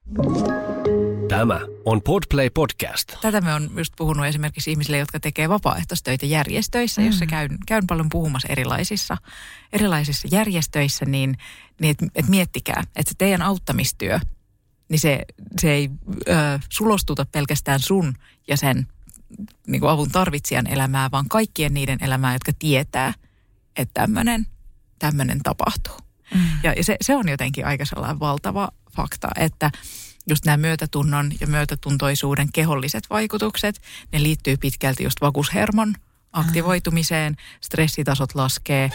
Tämä on Podplay Podcast. Tätä me on just puhunut esimerkiksi ihmisille, jotka tekee vapaaehtoistöitä järjestöissä, jossa käyn paljon puhumassa erilaisissa järjestöissä, niin et miettikää, että se teidän auttamistyö, niin se ei sulostuta pelkästään sun ja sen niin kuin avun tarvitsijan elämää, vaan kaikkien niiden elämää, jotka tietää, että tämmöinen tapahtuu. Ja se on jotenkin aika sellainen valtava fakta, että just nämä myötätunnon ja myötätuntoisuuden keholliset vaikutukset, ne liittyy pitkälti just vagushermon aktivoitumiseen, stressitasot laskee.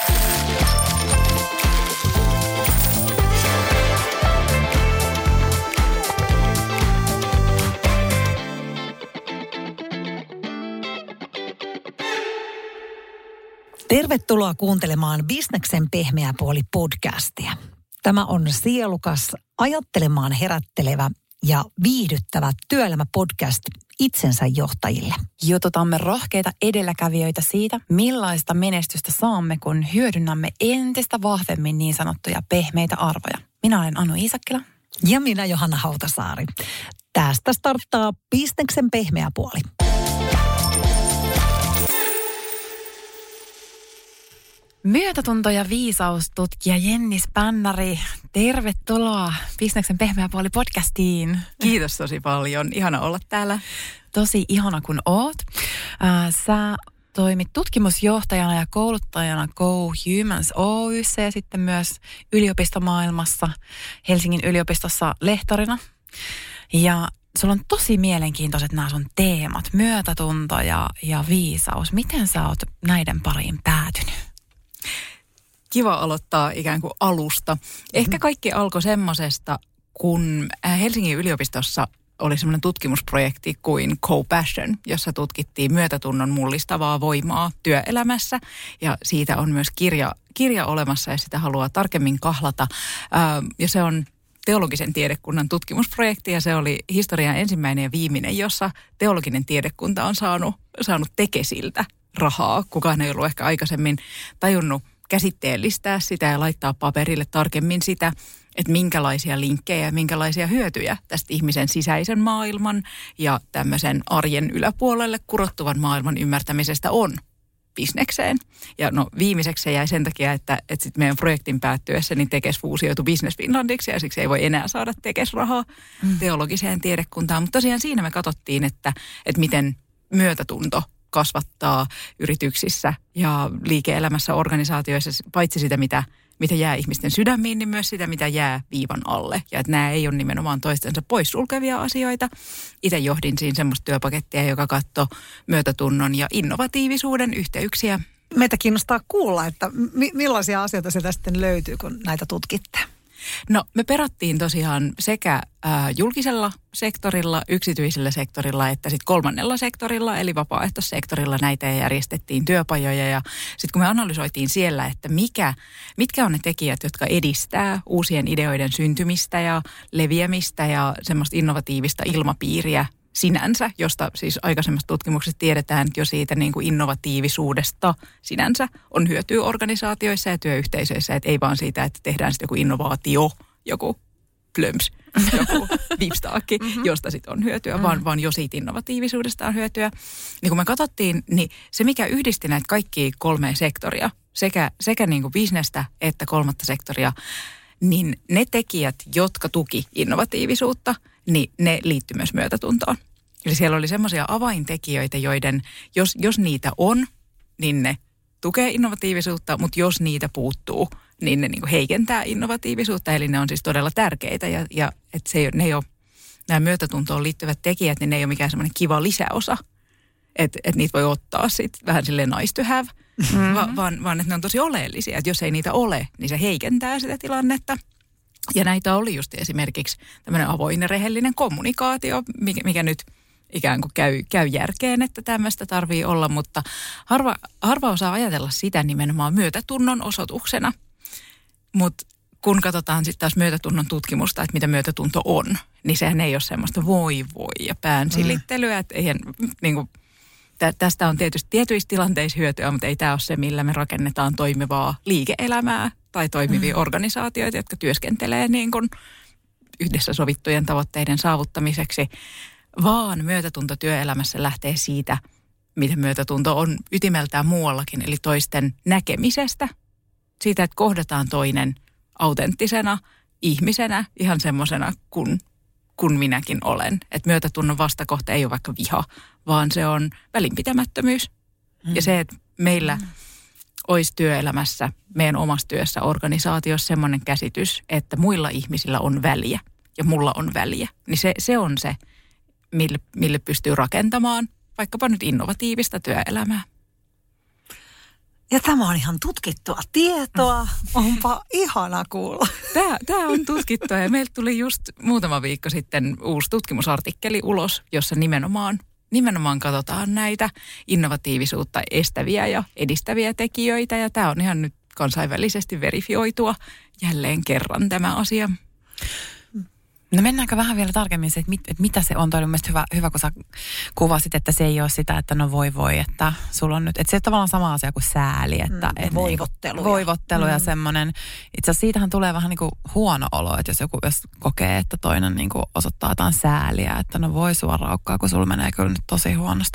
Tervetuloa kuuntelemaan Bisneksen pehmeä puoli podcastia. Tämä on sielukas, ajattelemaan herättelevä ja viihdyttävä työelämäpodcast itsensä johtajille. Jututamme rohkeita edelläkävijöitä siitä, millaista menestystä saamme, kun hyödynnämme entistä vahvemmin niin sanottuja pehmeitä arvoja. Minä olen Anu Iisakkila. Ja minä Johanna Hautasaari. Tästä starttaa Bisneksen pehmeä puoli. Myötätunto- ja viisaustutkija Jenni Spännari, tervetuloa Bisneksen pehmeä puoli podcastiin. Kiitos tosi paljon. Ihana olla täällä. Tosi ihana kun oot. Sä toimit tutkimusjohtajana ja kouluttajana Go Humans Oy:ssä ja sitten myös yliopistomaailmassa Helsingin yliopistossa lehtorina. Ja sulla on tosi mielenkiintoiset nämä sun teemat, myötätunto ja viisaus. Miten sä oot näiden pariin päätynyt? Kiva aloittaa ikään kuin alusta. Ehkä kaikki alkoi semmosesta, kun Helsingin yliopistossa oli semmoinen tutkimusprojekti kuin Co-Passion, jossa tutkittiin myötätunnon mullistavaa voimaa työelämässä. Ja siitä on myös kirja olemassa ja sitä haluaa tarkemmin kahlata. Ja se on teologisen tiedekunnan tutkimusprojekti ja se oli historian ensimmäinen ja viimeinen, jossa teologinen tiedekunta on saanut Tekesiltä rahaa. Kukaan ei ollut ehkä aikaisemmin tajunnut käsitteellistää sitä ja laittaa paperille tarkemmin sitä, että minkälaisia linkkejä ja minkälaisia hyötyjä tästä ihmisen sisäisen maailman ja tämmöisen arjen yläpuolelle kurottuvan maailman ymmärtämisestä on bisnekseen. Ja no viimeiseksi se jäi sen takia, että sitten meidän projektin päättyessä niin Tekes fuusioitui Business Finlandiksi ja siksi ei voi enää saada Tekes-rahaa teologiseen tiedekuntaan. Mutta tosiaan siinä me katsottiin, että miten myötätunto kasvattaa yrityksissä ja liike-elämässä, organisaatioissa, paitsi sitä, mitä jää ihmisten sydämiin, niin myös sitä, mitä jää viivan alle. Ja että nämä ei ole nimenomaan toistensa poissulkevia asioita. Itse johdin siinä semmoista työpakettia, joka katsoi myötätunnon ja innovatiivisuuden yhteyksiä. Meitä kiinnostaa kuulla, että millaisia asioita sieltä sitten löytyy, kun näitä tutkitte. No me perattiin tosiaan sekä julkisella sektorilla, yksityisellä sektorilla että sitten kolmannella sektorilla eli vapaaehtoissektorilla näitä järjestettiin työpajoja ja sitten kun me analysoitiin siellä, että mitkä on ne tekijät, jotka edistää uusien ideoiden syntymistä ja leviämistä ja semmoista innovatiivista ilmapiiriä sinänsä, josta siis aikaisemmasta tutkimuksesta tiedetään, että jo siitä niin kuin innovatiivisuudesta sinänsä on hyötyä organisaatioissa ja työyhteisöissä, että ei vaan siitä, että tehdään sitten joku innovaatio, joku plöms, joku dipstaakki, josta sitten on hyötyä, vaan jo siitä innovatiivisuudesta on hyötyä. Niin kun me katsottiin, niin se mikä yhdisti näitä kaikkia kolmea sektoria, sekä niin kuin bisnestä että kolmatta sektoria, niin ne tekijät, jotka tuki innovatiivisuutta, niin ne liittyy myös myötätuntoon. Eli siellä oli semmoisia avaintekijöitä, joiden, jos niitä on, niin ne tukee innovatiivisuutta, mutta jos niitä puuttuu, niin ne niin kuin heikentää innovatiivisuutta. Eli ne on siis todella tärkeitä ja että ne ei ole, nämä myötätuntoon liittyvät tekijät, niin ne ei ole mikään semmoinen kiva lisäosa. Että niitä voi ottaa sitten vähän silleen nice to have, vaan että ne on tosi oleellisia. Että jos ei niitä ole, niin se heikentää sitä tilannetta. Ja näitä oli just esimerkiksi tämmöinen avoin ja rehellinen kommunikaatio, mikä nyt ikään kuin käy järkeen, että tämmöistä tarvii olla, mutta harva osaa ajatella sitä nimenomaan myötätunnon osoituksena. Mutta kun katsotaan sitten taas myötätunnon tutkimusta, että mitä myötätunto on, niin sehän ei ole semmoista voi ja päänsilittelyä, että eihän niin kuin, tästä on tietysti tietyissä tilanteissa hyötyä, mutta ei tämä ole se, millä me rakennetaan toimivaa liike-elämää tai toimivia organisaatioita, jotka työskentelee niin kuin yhdessä sovittujen tavoitteiden saavuttamiseksi, vaan myötätunto työelämässä lähtee siitä, miten myötätunto on ytimeltään muuallakin, eli toisten näkemisestä. Siitä, että kohdataan toinen autenttisena ihmisenä, ihan semmoisena kun minäkin olen. Että myötätunnon vastakohta ei ole vaikka viha, vaan se on välinpitämättömyys. Ja se, että meillä olisi työelämässä, meidän omassa työssä, organisaatiossa semmoinen käsitys, että muilla ihmisillä on väliä ja mulla on väliä. Niin se on se, mille pystyy rakentamaan vaikkapa nyt innovatiivista työelämää. Ja tämä on ihan tutkittua tietoa. Onpa ihana kuulla. Tämä on tutkittua ja meiltä tuli just muutama viikko sitten uusi tutkimusartikkeli ulos, jossa nimenomaan katsotaan näitä innovatiivisuutta estäviä ja edistäviä tekijöitä. Ja tämä on ihan nyt kansainvälisesti verifioitua jälleen kerran tämä asia. No mennäänkö vähän vielä tarkemmin se, että mitä se on. Toi oli mielestäni hyvä, kun sä kuvasit, että se ei ole sitä, että no voi, että sulla on nyt, että se on tavallaan sama asia kuin sääli, että voivottelu ja semmoinen. Itse asiassa siitähän tulee vähän niin kuin huono olo, että jos kokee, että toinen niin kuin osoittaa jotain sääliä, että no voi sua raukkaa, kun sulla menee kyllä nyt tosi huonosti.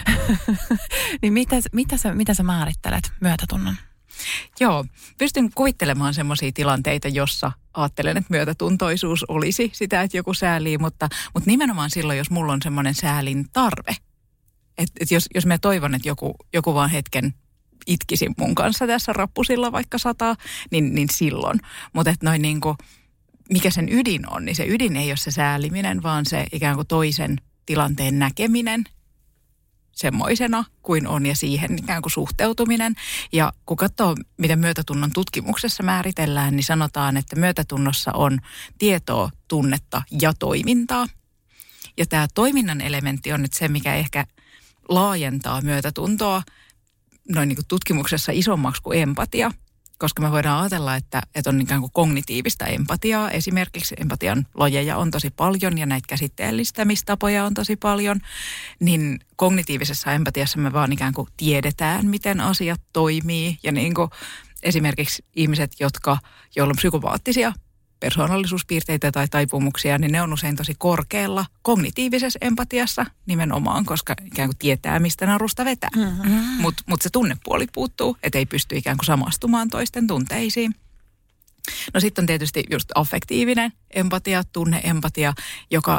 Niin mitä sä määrittelet myötätunnon? Joo, pystyn kuvittelemaan semmoisia tilanteita, jossa ajattelen, että myötätuntoisuus olisi sitä, että joku säälii, mutta nimenomaan silloin, jos mulla on semmoinen säälin tarve. Että jos mä toivon, että joku vaan hetken itkisi mun kanssa tässä rappusilla vaikka 100, niin silloin. Mutta että noin niin kuin, mikä sen ydin on, niin se ydin ei ole se sääliminen, vaan se ikään kuin toisen tilanteen näkeminen semmoisena kuin on ja siihen ikään kuin suhteutuminen. Ja kun katsoo, miten myötätunnon tutkimuksessa määritellään, niin sanotaan, että myötätunnossa on tietoa, tunnetta ja toimintaa. Ja tämä toiminnan elementti on nyt se, mikä ehkä laajentaa myötätuntoa noin niin kuin tutkimuksessa isommaksi kuin empatia. Koska me voidaan ajatella, että on ikään kuin kognitiivista empatiaa. Esimerkiksi empatian lajeja on tosi paljon ja näitä käsitteellistämistapoja on tosi paljon. Niin kognitiivisessa empatiassa me vaan ikään kuin tiedetään, miten asiat toimii. Ja niin kuin esimerkiksi ihmiset, joilla on psykopaattisia persoonallisuuspiirteitä tai taipumuksia, niin ne on usein tosi korkealla kognitiivisessa empatiassa nimenomaan, koska ikään kuin tietää, mistä narusta vetää. Mut se tunnepuoli puuttuu, että ei pysty ikään kuin samastumaan toisten tunteisiin. No sitten on tietysti just affektiivinen empatia, tunne-empatia, joka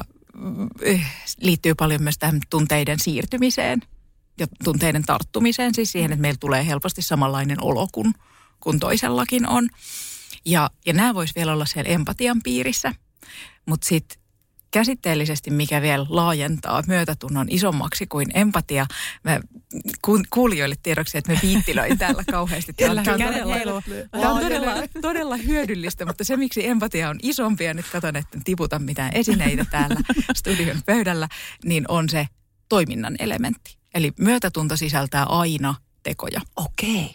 liittyy paljon myös tähän tunteiden siirtymiseen ja tunteiden tarttumiseen, siis siihen, että meillä tulee helposti samanlainen olo kuin toisellakin on. Ja nämä vois vielä olla siellä empatian piirissä, mutta sitten käsitteellisesti, mikä vielä laajentaa myötätunnon isommaksi kuin empatia. Mä kuulijoille tiedoksi, että me viittilöin täällä kauheasti. Tämä on todella hyödyllistä, mutta se miksi empatia on isompi, ja nyt katson, että en tiputa mitään esineitä täällä studion pöydällä, niin on se toiminnan elementti. Eli myötätunto sisältää aina tekoja. Okei.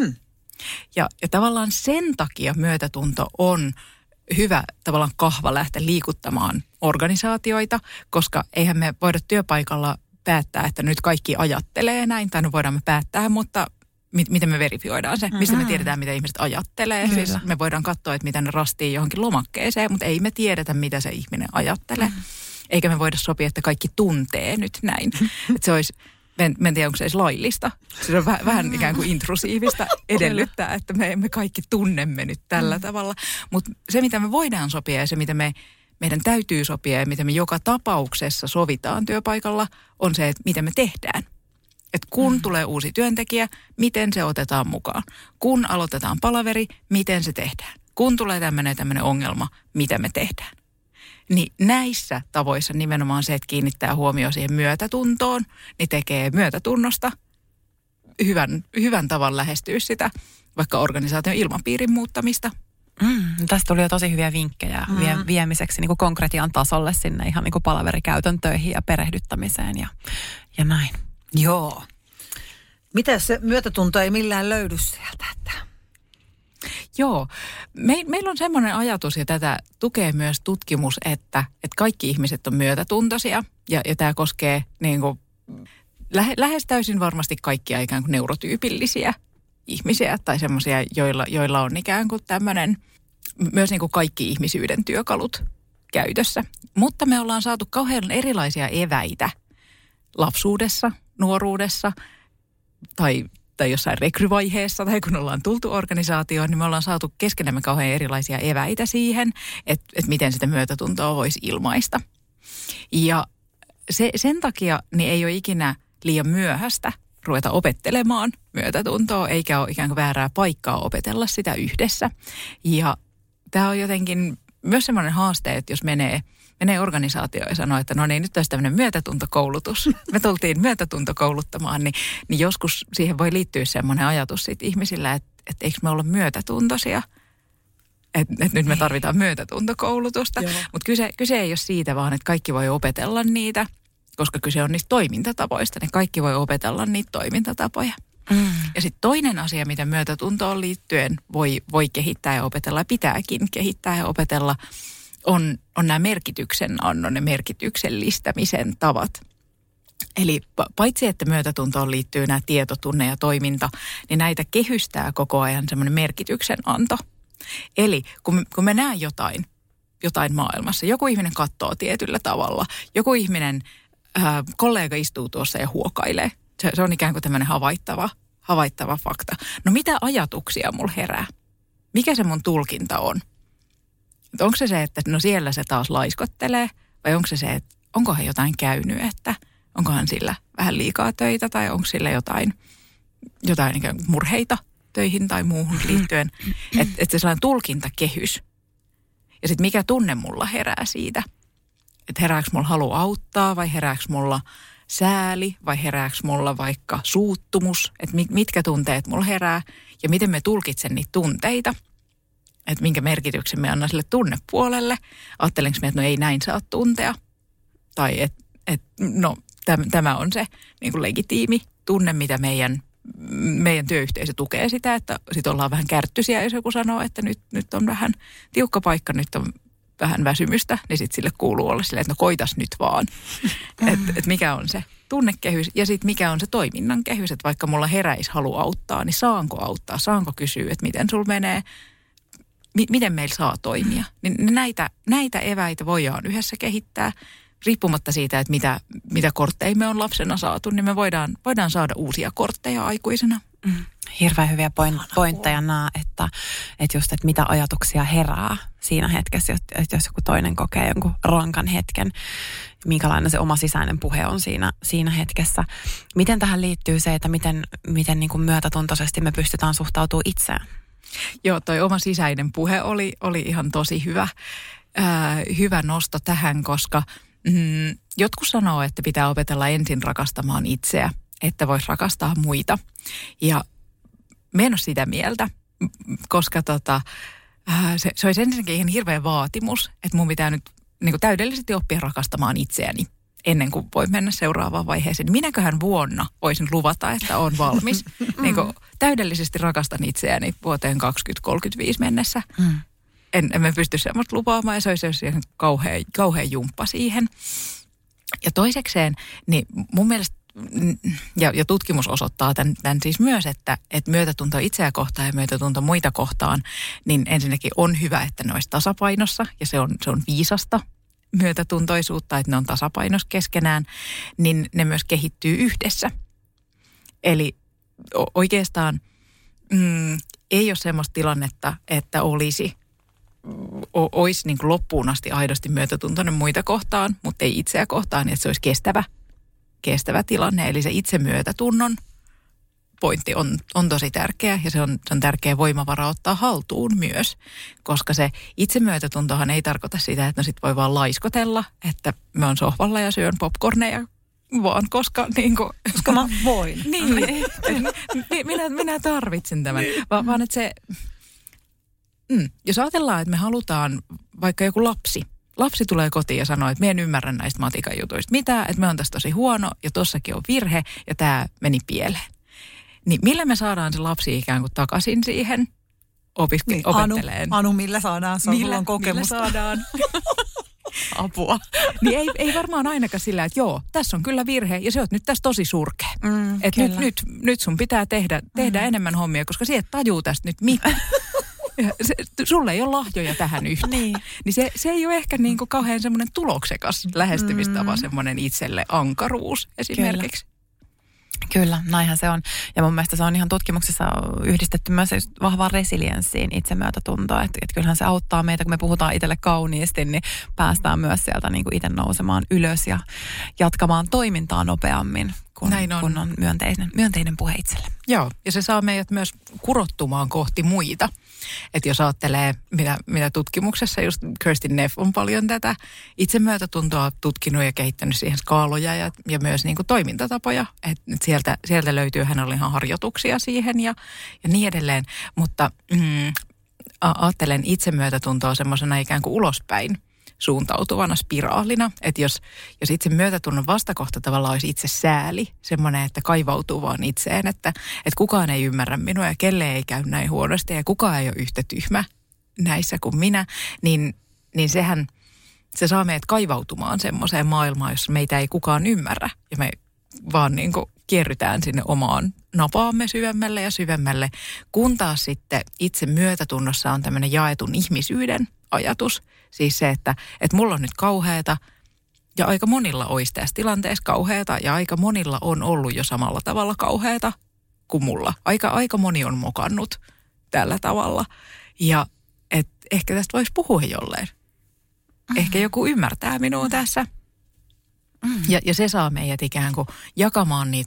Ja tavallaan sen takia myötätunto on hyvä tavallaan kahva lähteä liikuttamaan organisaatioita, koska eihän me voida työpaikalla päättää, että nyt kaikki ajattelee näin, tai no voidaan me päättää, mutta miten me verifioidaan se, mistä me tiedetään, mitä ihmiset ajattelee. Siis me voidaan katsoa, että mitä ne rastii johonkin lomakkeeseen, mutta ei me tiedetä, mitä se ihminen ajattelee. Eikä me voida sopia, että kaikki tuntee nyt näin. Että se olisi... Mä en tiedä, onko se edes laillista. Se on vähän ikään kuin intrusiivista edellyttää, että me kaikki tunnemme nyt tällä tavalla. Mutta se, mitä me voidaan sopia ja se, mitä meidän täytyy sopia ja mitä me joka tapauksessa sovitaan työpaikalla, on se, että mitä me tehdään. Että kun tulee uusi työntekijä, miten se otetaan mukaan. Kun aloitetaan palaveri, miten se tehdään. Kun tulee tämmöinen ongelma, mitä me tehdään. Niin näissä tavoissa nimenomaan se, että kiinnittää huomioon siihen myötätuntoon, niin tekee myötätunnosta hyvän tavan lähestyä sitä, vaikka organisaation ilmapiirin muuttamista. Tästä tuli jo tosi hyviä vinkkejä viemiseksi niin kuin konkretian tasolle sinne ihan niin kuin palaverikäytäntöihin ja perehdyttämiseen ja näin. Joo. Miten se myötätunto ei millään löydy sieltä, että... Joo. Meillä on semmoinen ajatus, ja tätä tukee myös tutkimus, että kaikki ihmiset on myötätuntoisia. Ja tämä koskee niin kuin, lähes täysin varmasti kaikkia ikään kuin neurotyypillisiä ihmisiä tai semmoisia, joilla on ikään kuin tämmöinen, myös niin kuin kaikki ihmisyyden työkalut käytössä. Mutta me ollaan saatu kauhean erilaisia eväitä lapsuudessa, nuoruudessa tai jossain rekryvaiheessa tai kun ollaan tultu organisaatioon, niin me ollaan saatu keskenämme kauhean erilaisia eväitä siihen, että miten sitä myötätuntoa voisi ilmaista. Ja sen takia niin ei ole ikinä liian myöhäistä ruveta opettelemaan myötätuntoa, eikä ole ikään kuin väärää paikkaa opetella sitä yhdessä. Ja tämä on jotenkin myös semmoinen haaste, että jos menee organisaatioon ja sanoo, että no niin, nyt olisi tämmöinen myötätuntokoulutus. Me tultiin myötätuntokouluttamaan, niin joskus siihen voi liittyä semmoinen ajatus siitä ihmisillä, että eikö me olla myötätuntoisia. Että nyt me tarvitaan myötätuntokoulutusta. Mutta kyse ei ole siitä vaan, että kaikki voi opetella niitä, koska kyse on niistä toimintatavoista. Ne kaikki voi opetella niitä toimintatapoja. Ja sitten toinen asia, mitä myötätuntoon liittyen voi kehittää ja opetella, ja pitääkin kehittää ja opetella, on nämä merkityksen annon ja merkityksellistämisen tavat. Eli paitsi, että myötätuntoon liittyy nämä tieto, tunne ja toiminta, niin näitä kehystää koko ajan semmoinen merkityksen anto. Eli kun me näen jotain maailmassa, joku ihminen katsoo tietyllä tavalla, joku ihminen, kollega istuu tuossa ja huokailee. Se on ikään kuin tämmöinen havaittava fakta. No mitä ajatuksia mulla herää? Mikä se mun tulkinta on? Onko se, että no siellä se taas laiskottelee, vai onko se, että onkohan jotain käynyt, että onkohan sillä vähän liikaa töitä, tai onko sillä jotain ikään kuin murheita töihin tai muuhun liittyen. Että se sellainen tulkintakehys. Ja sitten mikä tunne mulla herää siitä? Että herääkö mulla halu auttaa, vai herääkö mulla sääli, vai herääkö mulla vaikka suuttumus? Että mitkä tunteet mulla herää, ja miten me tulkitsen niitä tunteita. Että minkä merkityksen me annan sille tunnepuolelle. Ajattelenko me, että no ei näin saa tuntea. Tai että no tämä on se niin kuin legitiimi tunne, mitä meidän työyhteisö tukee sitä, että sitten ollaan vähän kärttyisiä, jos joku sanoo, että nyt on vähän tiukka paikka, nyt on vähän väsymystä, niin sitten sille kuuluu olla silleen, että no koitas nyt vaan. Että mikä on se tunnekehys ja sitten mikä on se toiminnan kehys, että vaikka mulla heräisi halu auttaa, niin saanko auttaa, saanko kysyä, että miten sulla menee, miten meillä saa toimia. Niin näitä eväitä voidaan yhdessä kehittää. Riippumatta siitä, että mitä kortteja me on lapsena saatu, niin me voidaan saada uusia kortteja aikuisena. Hirveän hyviä pointteja nämä, että just, että mitä ajatuksia herää siinä hetkessä, että jos joku toinen kokee jonkun rankan hetken, minkälainen se oma sisäinen puhe on siinä hetkessä. Miten tähän liittyy se, että miten niin kuin myötätuntoisesti me pystytään suhtautumaan itseään? Joo, toi oma sisäinen puhe oli ihan tosi hyvä nosto tähän, koska jotkut sanoo, että pitää opetella ensin rakastamaan itseä, että voisi rakastaa muita. Ja mä en ole sitä mieltä, koska se olisi ensinnäkin ihan hirveä vaatimus, että mun pitää nyt niin kuin täydellisesti oppia rakastamaan itseäni ennen kuin voi mennä seuraavaan vaiheeseen. Minäköhän vuonna voisin luvata, että olen valmis. Niin kuin täydellisesti rakastan itseäni vuoteen 2035 mennessä. En pysty semmoista lupaamaan ja se olisi kauhean jumppa siihen. Ja toisekseen, niin mun mielestä, ja tutkimus osoittaa tämän siis myös, että myötätunto itseä kohtaan ja myötätunto muita kohtaan, niin ensinnäkin on hyvä, että ne olisi tasapainossa ja se on viisasta myötätuntoisuutta, että ne on tasapainossa keskenään, niin ne myös kehittyy yhdessä. Eli oikeastaan ei ole semmoista tilannetta, että olisi niin kuin loppuun asti aidosti myötätuntoinen muita kohtaan, mutta ei itseä kohtaan, että se olisi kestävä tilanne. Eli se itsemyötätunnon pointti on tosi tärkeä ja se on tärkeä voimavara ottaa haltuun myös, koska se itsemyötätuntohan ei tarkoita sitä, että no sit voi vaan laiskotella, että mä oon sohvalla ja syön popcorneja vaan, koska mä voin. Minä tarvitsen tämän, vaan että se jos ajatellaan, että me halutaan vaikka joku lapsi tulee kotiin ja sanoo, että mä en ymmärrä näistä matikan jutuista mitään, että me on tässä tosi huono ja tossakin on virhe ja tämä meni pieleen. Niin millä me saadaan se lapsi ikään kuin takaisin siihen opetteleen? Anu, millä saadaan? Sulla on kokemusta. Millä saadaan? Apua. Niin ei varmaan ainakaan sillä, että joo, tässä on kyllä virhe ja se on nyt tässä tosi surkea. Että nyt sun pitää tehdä enemmän hommia, koska sä et tajuu tästä nyt mitään. Sulle ei ole lahjoja tähän yhtään. Niin se ei ole ehkä niin kuin kauhean semmoinen tuloksekas lähestymistapa, semmoinen itselle ankaruus esimerkiksi. Kyllä, näinhän se on. Ja mun mielestä se on ihan tutkimuksessa yhdistetty myös vahvaan resilienssiin, itsemyötätuntoa. Että kyllähän se auttaa meitä, kun me puhutaan itselle kauniisti, niin päästään myös sieltä niin kuin itse nousemaan ylös ja jatkamaan toimintaa nopeammin, kun on myönteinen puhe itselle. Joo, ja se saa meidät myös kurottumaan kohti muita. Että jos ajattelee, mitä tutkimuksessa just Kirstin Neff on paljon tätä itsemyötätuntoa tutkinut ja kehittänyt siihen skaaloja ja myös niin kuin toimintatapoja. Että sieltä löytyy, hän oli ihan harjoituksia siihen ja niin edelleen. Mutta ajattelen itsemyötätuntoa semmoisena ikään kuin ulospäin suuntautuvana spiraalina. Että jos itse myötätunnon vastakohta tavallaan olisi itse sääli, semmoinen, että kaivautuu vaan itseen, että kukaan ei ymmärrä minua ja kelle ei käy näin huonosti ja kukaan ei ole yhtä tyhmä näissä kuin minä, niin se saa meidät kaivautumaan semmoiseen maailmaan, jossa meitä ei kukaan ymmärrä ja me vaan niin kuin kierrytään sinne omaan napaamme syvemmälle ja syvemmälle, kun taas sitten itse myötätunnossa on tämmöinen jaetun ihmisyyden ajatus. Siis se, että mulla on nyt kauheata ja aika monilla olisi tässä tilanteessa kauheata ja aika monilla on ollut jo samalla tavalla kauheata kuin mulla. Aika moni on mokannut tällä tavalla ja ehkä tästä voisi puhua jolleen. Ehkä joku ymmärtää minua tässä. Ja se saa meidät ikään kuin jakamaan niitä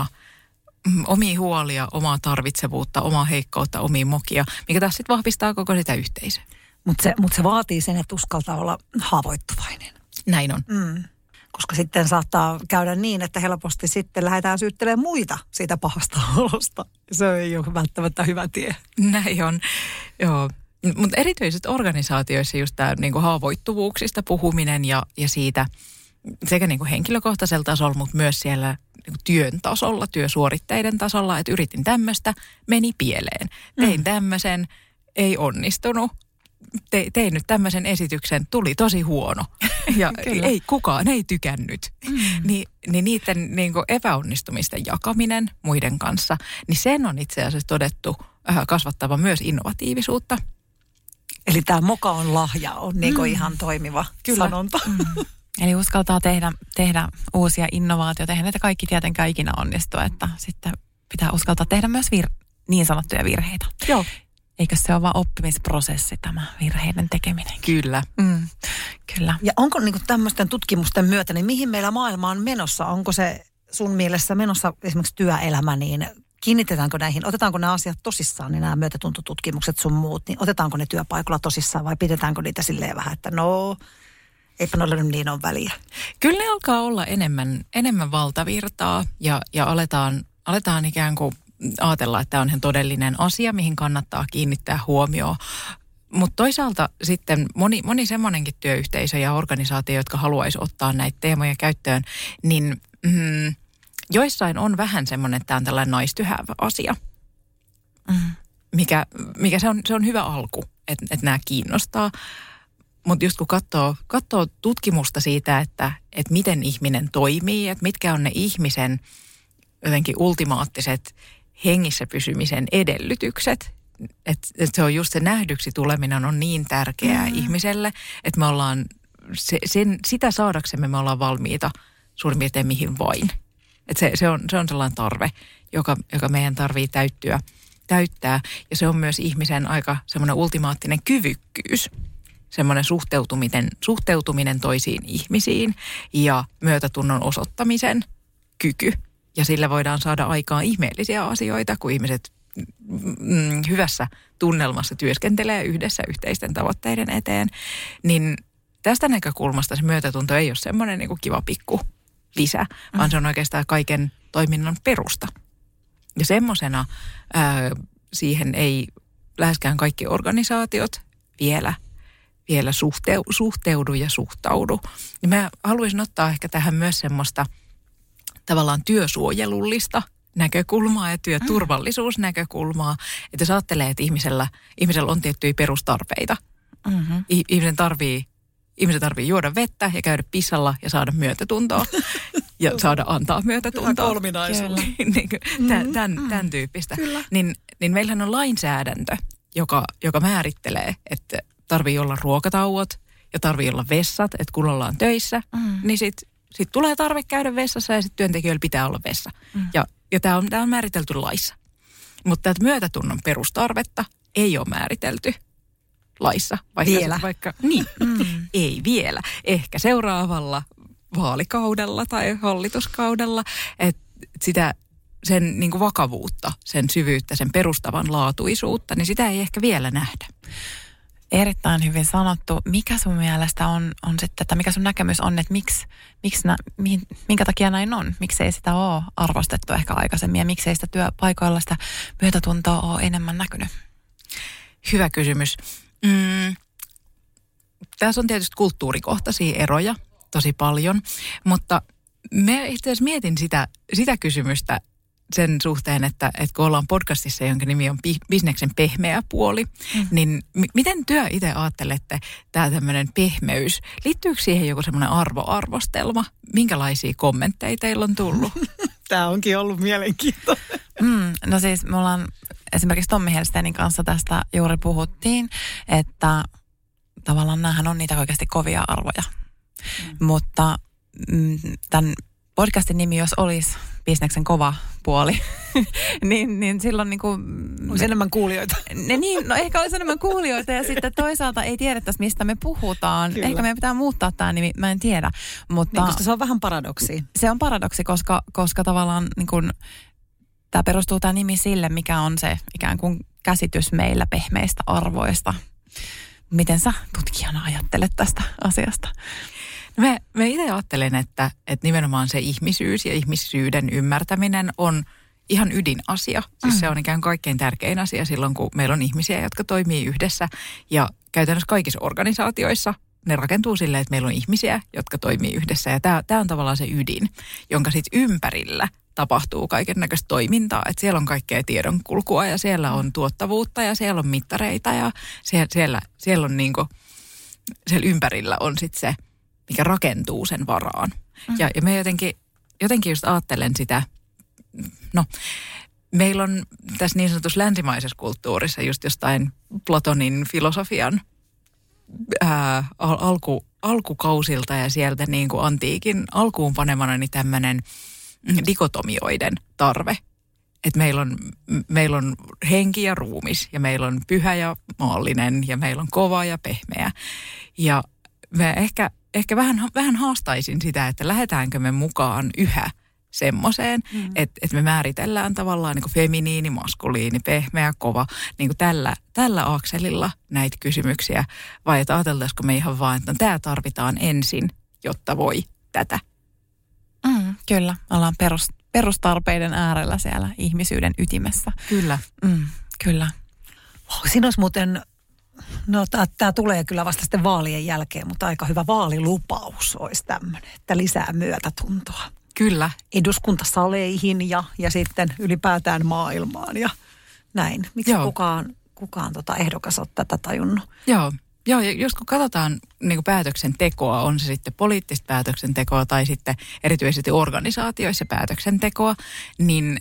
omia huolia, omaa tarvitsevuutta, omaa heikkoutta, omia mokia, mikä taas sitten vahvistaa koko sitä yhteisöä. Mutta se vaatii sen, että uskaltaa olla haavoittuvainen. Näin on. Koska sitten saattaa käydä niin, että helposti sitten lähdetään syyttelemään muita siitä pahasta olosta. Se ei ole välttämättä hyvä tie. Näin on, joo. Mutta erityisesti organisaatioissa just tämä niinku haavoittuvuuksista puhuminen ja siitä sekä niinku henkilökohtaisella tasolla, mutta myös siellä niinku työn tasolla, työsuoritteiden tasolla, että yritin tämmöistä, meni pieleen. Tein tämmöisen, ei onnistunut. Tein nyt tämmöisen esityksen, tuli tosi huono ja kukaan ei tykännyt. Niin niiden niin kuin epäonnistumisten jakaminen muiden kanssa, niin sen on itse asiassa todettu kasvattava myös innovatiivisuutta. Eli tämä moka on lahja on niin kuin ihan toimiva sanonta. Eli uskaltaa tehdä uusia innovaatioita. Eihän näitä kaikki tietenkään ikinä onnistu, että sitten pitää uskaltaa tehdä myös niin sanottuja virheitä. Joo. Eikö se ole vaan oppimisprosessi tämä virheiden tekeminen? Kyllä. Kyllä. Ja onko niin kuin tämmöisten tutkimusten myötä, niin mihin meillä maailma on menossa? Onko se sun mielessä menossa esimerkiksi työelämä, niin kiinnitetäänkö näihin, otetaanko nämä asiat tosissaan, niin nämä myötätuntotutkimukset sun muut, niin otetaanko ne työpaikalla tosissaan vai pidetäänkö niitä silleen vähän, että eipä ole niin on väliä? Kyllä ne alkaa olla enemmän valtavirtaa ja aletaan ikään kuin ajatella, että tämä on ihan todellinen asia, mihin kannattaa kiinnittää huomioon. Mutta toisaalta sitten moni semmoinenkin työyhteisö ja organisaatio, jotka haluaisi ottaa näitä teemoja käyttöön, niin joissain on vähän semmoinen, että tämä on tällainen nice to have asia, mikä se on hyvä alku, että nämä kiinnostaa. Mutta just kun katsoo tutkimusta siitä, että miten ihminen toimii, että mitkä on ne ihmisen jotenkin ultimaattiset hengissä pysymisen edellytykset, että se on just se nähdyksi tuleminen on niin tärkeää ihmiselle, että me ollaan, sitä saadaksemme me ollaan valmiita suurin piirtein mihin vain. Että se on sellainen tarve, joka meidän tarvii täyttää ja se on myös ihmisen aika semmoinen ultimaattinen kyvykkyys. Semmoinen suhteutuminen toisiin ihmisiin ja myötätunnon osoittamisen kyky. Ja sillä voidaan saada aikaan ihmeellisiä asioita, kun ihmiset hyvässä tunnelmassa työskentelee yhdessä yhteisten tavoitteiden eteen. Niin tästä näkökulmasta se myötätunto ei ole semmoinen niin kuin kiva pikku lisä, vaan se on oikeastaan kaiken toiminnan perusta. Ja semmoisena siihen ei läheskään kaikki organisaatiot vielä suhteudu ja suhtaudu. Ja mä haluaisin ottaa ehkä tähän myös semmoista tavallaan työsuojelullista näkökulmaa ja työturvallisuusnäkökulmaa. Että jos ajattelee, että ihmisellä on tiettyjä perustarpeita. Ihmisen tarvii juoda vettä ja käydä pissalla ja saada myötätuntoa. Ja saada antaa myötätuntoa. Kolminaisuus. Tämän tyyppistä. Niin meillähän on lainsäädäntö, joka määrittelee, että tarvii olla ruokatauot ja tarvii olla vessat, että kun ollaan töissä, niin sit tulee tarve käydä vessassa ja sitten työntekijöillä pitää olla vessa. Ja tämä on määritelty laissa. Mutta tätä myötätunnon perustarvetta ei ole määritelty laissa. Vaikka, niin, ei vielä. Ehkä seuraavalla vaalikaudella tai hallituskaudella, että sen niin kuin vakavuutta, sen syvyyttä, sen perustavanlaatuisuutta, niin sitä ei ehkä vielä nähdä. Erittäin hyvin sanottu. Mikä sun mielestä on sitten, että mikä sun näkemys on, että minkä takia näin on? Miksi ei sitä ole arvostettu ehkä aikaisemmin ja miksi ei sitä työpaikoilla sitä myötätuntoa ole enemmän näkynyt? Hyvä kysymys. Tässä on tietysti kulttuurikohtaisia eroja tosi paljon, mutta me itse asiassa mietin sitä kysymystä sen suhteen, että kun ollaan podcastissa, jonka nimi on Bisneksen pehmeä puoli, niin miten työ itse ajattelette tämä tämmöinen pehmeys? Liittyykö siihen joku semmoinen arvoarvostelma? Minkälaisia kommentteja teillä on tullut? Tämä onkin ollut mielenkiintoinen. No siis me ollaan esimerkiksi Tommi Hellsteinin kanssa tästä juuri puhuttiin, että tavallaan näähän on niitä oikeasti kovia arvoja. Mutta tämän podcastin nimi, jos olisi Bisneksen kova puoli, niin silloin niin kuin... Olisi enemmän kuulijoita. No ehkä olisi enemmän kuulijoita ja sitten toisaalta ei tiedettäisi, mistä me puhutaan. Kyllä. Ehkä meidän pitää muuttaa tämä nimi, mä en tiedä. Mutta niin, koska se on vähän paradoksi. Se on paradoksi, koska tavallaan niin kuin, tämä perustuu tämä nimi sille, mikä on se ikään kuin käsitys meillä pehmeistä arvoista. Miten sä tutkijana ajattelet tästä asiasta? Mä itse ajattelen, että nimenomaan se ihmisyys ja ihmisyyden ymmärtäminen on ihan ydinasia. Siis se on ikään kuin kaikkein tärkein asia silloin, kun meillä on ihmisiä, jotka toimii yhdessä. Ja käytännössä kaikissa organisaatioissa ne rakentuu silleen, että meillä on ihmisiä, jotka toimii yhdessä. Ja tämä on tavallaan se ydin, jonka sitten ympärillä tapahtuu kaiken näköistä toimintaa. Että siellä on kaikkea tiedonkulkua ja siellä on tuottavuutta ja siellä on mittareita ja siellä on niinku, siellä ympärillä on sitten se, mikä rakentuu sen varaan. Ja me jotenkin just ajattelen sitä, no meillä on tässä niin sanotussa länsimaisessa kulttuurissa just jostain Platonin filosofian alkukausilta ja sieltä niin kuin antiikin alkuun panemana niin tämmöinen dikotomioiden tarve. Että meillä on henki ja ruumis ja meillä on pyhä ja maallinen ja meillä on kova ja pehmeä. Ja mä ehkä vähän haastaisin sitä, että lähdetäänkö me mukaan yhä semmoiseen, että me määritellään tavallaan niin kuin feminiini, maskuliini, pehmeä, kova, niin kuin tällä akselilla näitä kysymyksiä, vai että ajateltaisiko me ihan vaan, että tämä tarvitaan ensin, jotta voi tätä. Kyllä, ollaan perustarpeiden äärellä siellä ihmisyyden ytimessä. Kyllä. Kyllä. Siinä olisi muuten, no tämä tulee kyllä vasta sitten vaalien jälkeen, mutta aika hyvä vaalilupaus olisi tämmöinen, että lisää myötätuntoa. Kyllä. Eduskuntasaleihin ja sitten ylipäätään maailmaan ja näin. Miksi kukaan ehdokas ole tätä tajunnut? Joo, ja just kun katsotaan niin kuin päätöksentekoa, on se sitten poliittista päätöksentekoa tai sitten erityisesti organisaatioissa päätöksentekoa, niin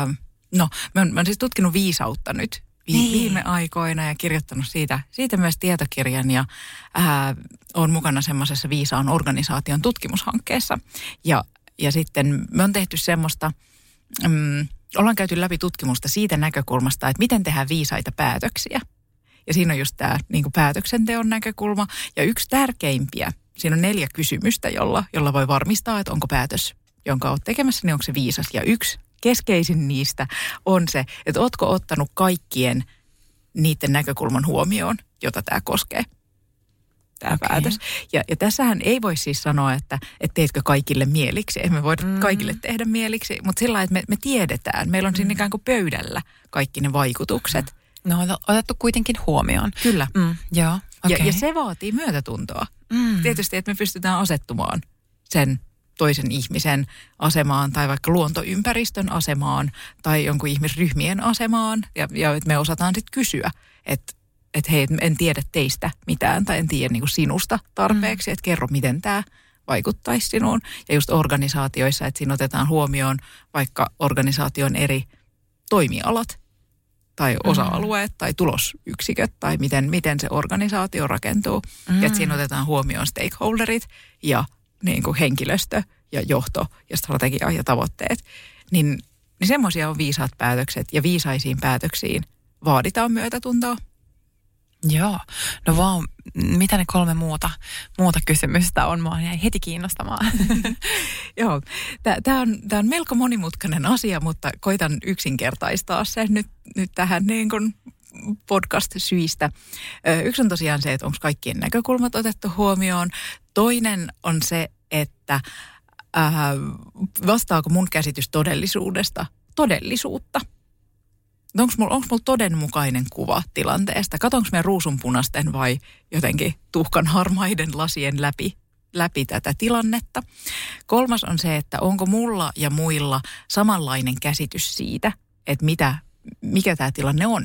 mä oon siis tutkinut viisautta nyt viime aikoina ja kirjoittanut siitä myös tietokirjan ja on mukana semmoisessa viisaan organisaation tutkimushankkeessa. Ja sitten me on tehty semmoista, ollaan käyty läpi tutkimusta siitä näkökulmasta, että miten tehdään viisaita päätöksiä. Ja siinä on just tämä niin kuin päätöksenteon näkökulma. Ja yksi tärkeimpiä, siinä on 4 kysymystä, jolla voi varmistaa, että onko päätös, jonka olet tekemässä, niin onko se viisas. Ja yksi keskeisin niistä on se, että ootko ottanut kaikkien niiden näkökulman huomioon, jota tämä koskee. Tämä päätös. Ja tässähän ei voi siis sanoa, että teetkö kaikille mieliksi. Emme voi kaikille tehdä mieliksi, mutta sillä lailla, että me tiedetään. Meillä on siinä ikään kuin pöydällä kaikki ne vaikutukset. No on otettu kuitenkin huomioon. Kyllä. Joo, okay. Ja se vaatii myötätuntoa. Tietysti, että me pystytään asettumaan sen toisen ihmisen asemaan tai vaikka luontoympäristön asemaan tai jonkun ihmisryhmien asemaan. Ja että me osataan sitten kysyä, että hei, en tiedä teistä mitään tai en tiedä niin kuin sinusta tarpeeksi, että kerro, miten tämä vaikuttaisi sinuun. Ja just organisaatioissa, että siinä otetaan huomioon vaikka organisaation eri toimialat tai osa-alueet tai tulosyksiköt tai miten se organisaatio rakentuu. Että siinä otetaan huomioon stakeholderit ja niin kuin henkilöstö ja johto ja strategia ja tavoitteet. Niin semmoisia on viisaat päätökset ja viisaisiin päätöksiin vaaditaan myötätuntoa. Joo. No vaan, mitä ne 3 muuta kysymystä on? Mua jäi heti kiinnostamaan. Joo. Tämä on melko monimutkainen asia, mutta koitan yksinkertaistaa sen nyt tähän niin kuin podcast-syistä. Yksi on tosiaan se, että onko kaikkien näkökulmat otettu huomioon. Toinen on se, että vastaako mun käsitys todellisuudesta todellisuutta. Onko mulla todenmukainen kuva tilanteesta? Katonko me ruusunpunaisten vai jotenkin tuhkan harmaiden lasien läpi tätä tilannetta? 3 on se, että onko mulla ja muilla samanlainen käsitys siitä, että mikä tämä tilanne on.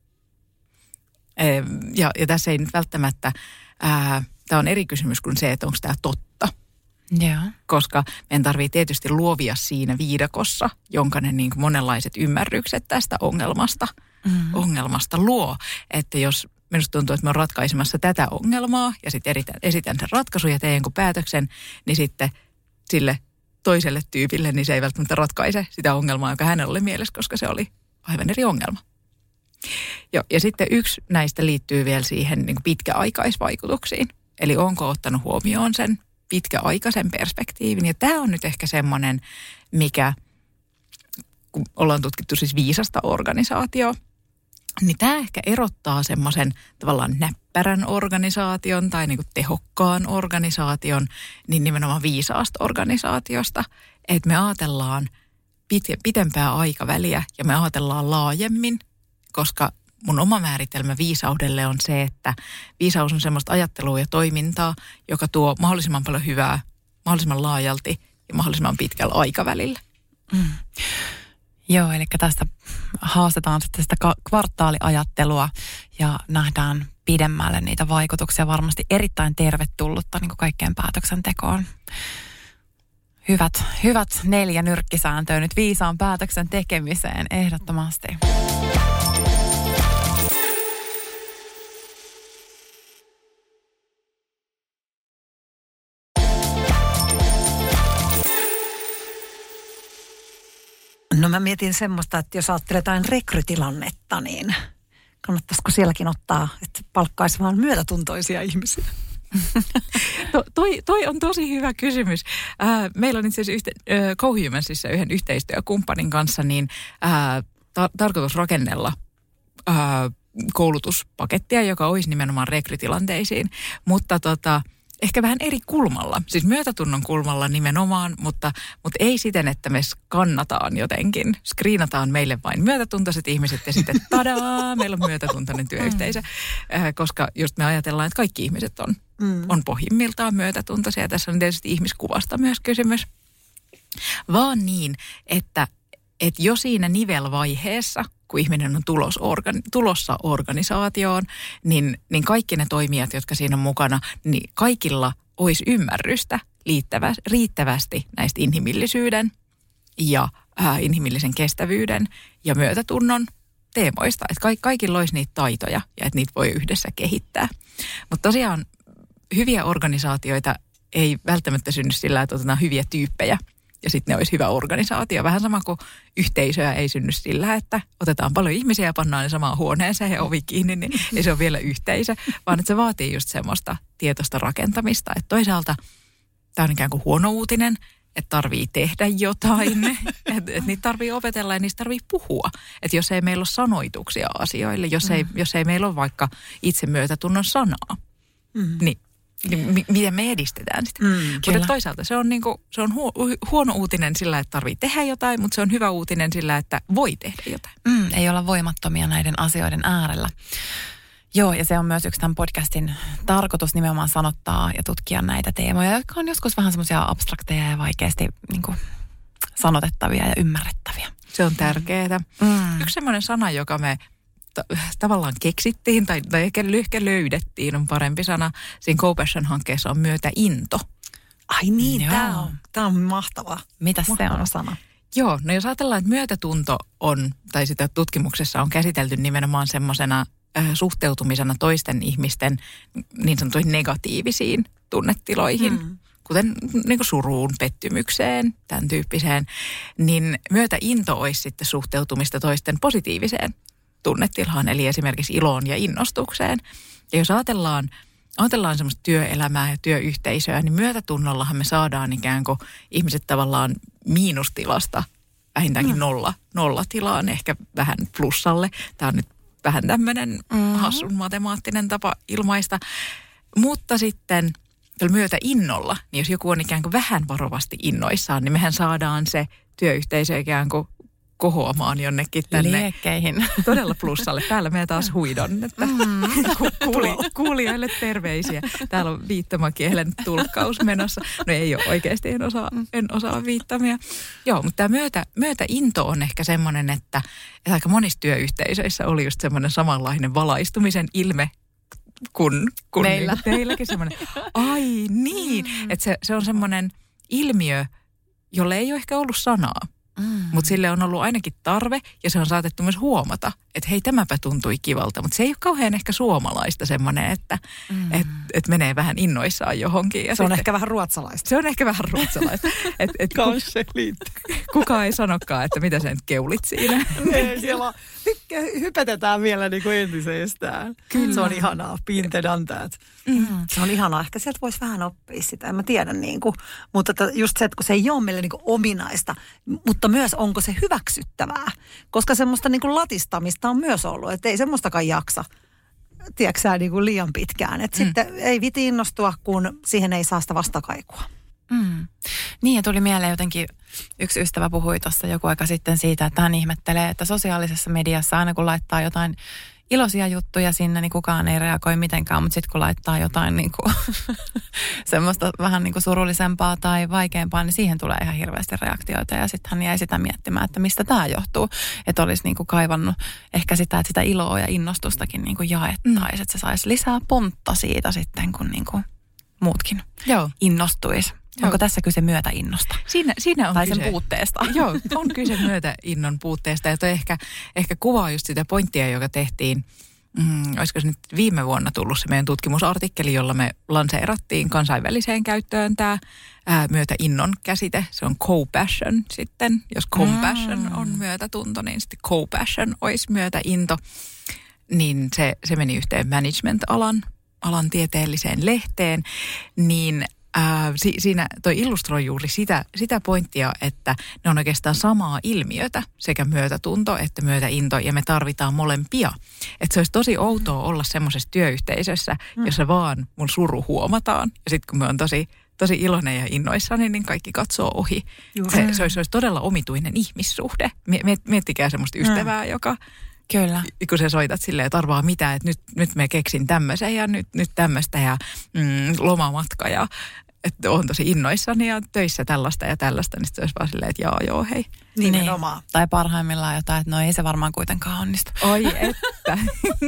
Ja tässä ei nyt välttämättä, tämä on eri kysymys kuin se, että onko tämä totta. Yeah. Koska meidän tarvitsee tietysti luovia siinä viidakossa, jonka ne niin kuin monenlaiset ymmärrykset tästä ongelmasta luo. Että jos minusta tuntuu, että me on ratkaisemassa tätä ongelmaa ja sitten esitän sen ratkaisun ja teen jonkun päätöksen, niin sitten sille toiselle tyypille, niin se ei välttämättä ratkaise sitä ongelmaa, joka hänellä oli mielessä, koska se oli aivan eri ongelma. Ja sitten yksi näistä liittyy vielä siihen niin kuin pitkäaikaisvaikutuksiin. Eli onko ottanut huomioon sen pitkäaikaisen perspektiivin. Ja tämä on nyt ehkä semmoinen, mikä, kun ollaan tutkittu siis viisasta organisaatioa, niin tämä ehkä erottaa semmoisen tavallaan näppärän organisaation tai niin kuin tehokkaan organisaation, niin nimenomaan viisaasta organisaatiosta. Että me ajatellaan pitempää aikaväliä ja me ajatellaan laajemmin, koska mun oma määritelmä viisaudelle on se, että viisaus on semmoista ajattelua ja toimintaa, joka tuo mahdollisimman paljon hyvää, mahdollisimman laajalti ja mahdollisimman pitkällä aikavälillä. Joo, eli tästä haastetaan sitten sitä kvartaaliajattelua ja nähdään pidemmälle niitä vaikutuksia. Varmasti erittäin tervetullutta niin kuin kaikkeen päätöksentekoon. Hyvät 4 nyrkkisääntöä nyt viisaan päätöksen tekemiseen ehdottomasti. No mä mietin semmoista, että jos ajattelee jotain rekrytilannetta, niin kannattaisiko sielläkin ottaa, että palkkaisi vaan myötätuntoisia ihmisiä? Toi on tosi hyvä kysymys. Meillä on itse asiassa GoHumansissa yhden yhteistyökumppanin kanssa niin tarkoitus rakennella koulutuspakettia, joka olisi nimenomaan rekrytilanteisiin, mutta ehkä vähän eri kulmalla, siis myötätunnon kulmalla nimenomaan, mutta ei siten, että me skannataan jotenkin, screenataan meille vain myötätuntoiset ihmiset ja sitten tadaa, meillä on myötätuntoinen työyhteisö, koska just me ajatellaan, että kaikki ihmiset on pohjimmiltaan myötätuntoisia. Tässä on tietysti ihmiskuvasta myös kysymys, vaan niin, että jo siinä nivelvaiheessa, kun ihminen on tulossa organisaatioon, niin kaikki ne toimijat, jotka siinä on mukana, niin kaikilla olisi ymmärrystä riittävästi näistä inhimillisyyden ja inhimillisen kestävyyden ja myötätunnon teemoista. Että kaikilla olisi niitä taitoja ja että niitä voi yhdessä kehittää. Mutta tosiaan hyviä organisaatioita ei välttämättä synny sillä, että otetaan hyviä tyyppejä ja sitten ne olisi hyvä organisaatio. Vähän sama kuin yhteisöä ei synny sillä, että otetaan paljon ihmisiä ja pannaan ne samaan huoneeseen ja ovi kiinni, niin ei se ole vielä yhteisö, vaan että se vaatii just semmoista tietoista rakentamista. Että toisaalta tämä on ikään kuin huono uutinen, että tarvii tehdä jotain, että niitä tarvii opetella ja niistä tarvii puhua. Että jos ei meillä ole sanoituksia asioille, jos ei meillä ole vaikka itsemyötätunnon sanaa, niin miten me edistetään sitä. Mutta toisaalta se on huono uutinen sillä, että tarvii tehdä jotain, mutta se on hyvä uutinen sillä, että voi tehdä jotain. Ei olla voimattomia näiden asioiden äärellä. Joo, ja se on myös yksi tämän podcastin tarkoitus nimenomaan sanottaa ja tutkia näitä teemoja, jotka on joskus vähän semmoisia abstrakteja ja vaikeasti niin kuin sanotettavia ja ymmärrettäviä. Se on tärkeää. Yksi semmoinen sana, joka me tavallaan keksittiin tai ehkä löydettiin, on parempi sana. Siinä Co-Passion-hankkeessa on myötäinto. Ai niin, tämä on mahtava. Mitä se on? Sana. Joo, no jos ajatellaan, että myötätunto on, tai sitä tutkimuksessa on käsitelty nimenomaan semmoisena suhteutumisena toisten ihmisten niin sanotuihin negatiivisiin tunnetiloihin, kuten niin kuin suruun, pettymykseen, tämän tyyppiseen, niin myötäinto olisi sitten suhteutumista toisten positiiviseen tunnetilaan, eli esimerkiksi iloon ja innostukseen. Ja jos ajatellaan semmoista työelämää ja työyhteisöä, niin myötätunnollahan me saadaan ikään kuin ihmiset tavallaan miinustilasta vähintäänkin nollatilaan, ehkä vähän plussalle. Tämä on nyt vähän tämmöinen hassun matemaattinen tapa ilmaista. Mutta sitten myötäinnolla, niin jos joku on ikään kuin vähän varovasti innoissaan, niin mehän saadaan se työyhteisö ikään kuin kohoamaan jonnekin tänne. Liekkeihin. Todella plussalle. Täällä me taas huidon, että kuulijoille terveisiä. Täällä on viittomakielen tulkkaus menossa. No ei ole oikeasti, en osaa viittomia. Joo, mutta tämä myötäinto on ehkä semmoinen, että aika monissa työyhteisöissä oli just semmoinen samanlainen valaistumisen ilme kun teilläkin semmoinen, ai niin, että se on semmoinen ilmiö, jolle ei ole ehkä ollut sanaa. Mutta sille on ollut ainakin tarve ja se on saatettu myös huomata, että hei, tämäpä tuntui kivalta. Mutta se ei ole kauhean ehkä suomalaista semmoinen, että et menee vähän innoissaan johonkin. Ja se on ehkä vähän ruotsalaista. Se on ehkä vähän ruotsalaista. Kukaan ei sanokaan, että mitä sä nyt keulit siinä. Siellä hypetetään vielä niin kuin entisestään. Kyllä. Se on ihanaa, pintedantäät. Se on ihanaa. Ehkä sieltä voisi vähän oppia sitä, en mä tiedä. Niin kuin. Mutta just se, että kun se ei ole meille niin kuin ominaista, mutta myös onko se hyväksyttävää. Koska semmoista niin kuin latistamista on myös ollut, että ei semmoistakaan jaksa, tiedätkö sä, niin kuin liian pitkään. Että sitten ei viti innostua, kun siihen ei saa sitä vastakaikua. Niin, ja tuli mieleen jotenkin, yksi ystävä puhui tuossa joku aika sitten siitä, että hän ihmettelee, että sosiaalisessa mediassa aina kun laittaa jotain iloisia juttuja sinne, niin kukaan ei reagoi mitenkään, mutta sitten kun laittaa jotain niin kuin semmoista vähän niin kuin surullisempaa tai vaikeampaa, niin siihen tulee ihan hirveästi reaktioita. Ja sitten hän jäi sitä miettimään, että mistä tämä johtuu. Että olisi niin kuin kaivannut ehkä sitä, että sitä iloa ja innostustakin niin kuin jaettaisiin, että se saisi lisää pontta siitä sitten, kun niin kuin muutkin innostuisi. Onko tässä kyse myötäinnosta? Siinä on tai kyse. Sen puutteesta. Joo, on kyse myötäinnon puutteesta. Ja toi ehkä kuvaa just sitä pointtia, joka tehtiin, olisiko se nyt viime vuonna tullut se meidän tutkimusartikkeli, jolla me lanseerattiin kansainväliseen käyttöön tämä myötäinnon käsite. Se on co-passion sitten. Jos compassion on myötätunto, niin sitten co-passion olisi myötäinto. Niin se meni yhteen management-alan tieteelliseen lehteen, niin siinä toi illustroi juuri sitä pointtia, että ne on oikeastaan samaa ilmiötä, sekä myötätunto että myötäinto, ja me tarvitaan molempia. Että se olisi tosi outoa olla semmoisessa työyhteisössä, jossa vaan mun suru huomataan, ja sitten kun me on tosi iloinen ja innoissani, niin kaikki katsoo ohi. Se olisi todella omituinen ihmissuhde. Miettikää semmoista ystävää, joka... Kyllä. Kun sä soitat silleen, että arvaa mitä, että nyt mä keksin tämmöisen ja nyt tämmöistä ja lomamatka ja että on tosi innoissani ja töissä tällaista ja tällaista, niin sitten olisi vaan silleen, että joo, hei. Nimenomaan. Niin. Tai parhaimmillaan jotain, että no ei se varmaan kuitenkaan onnistu. Oi että.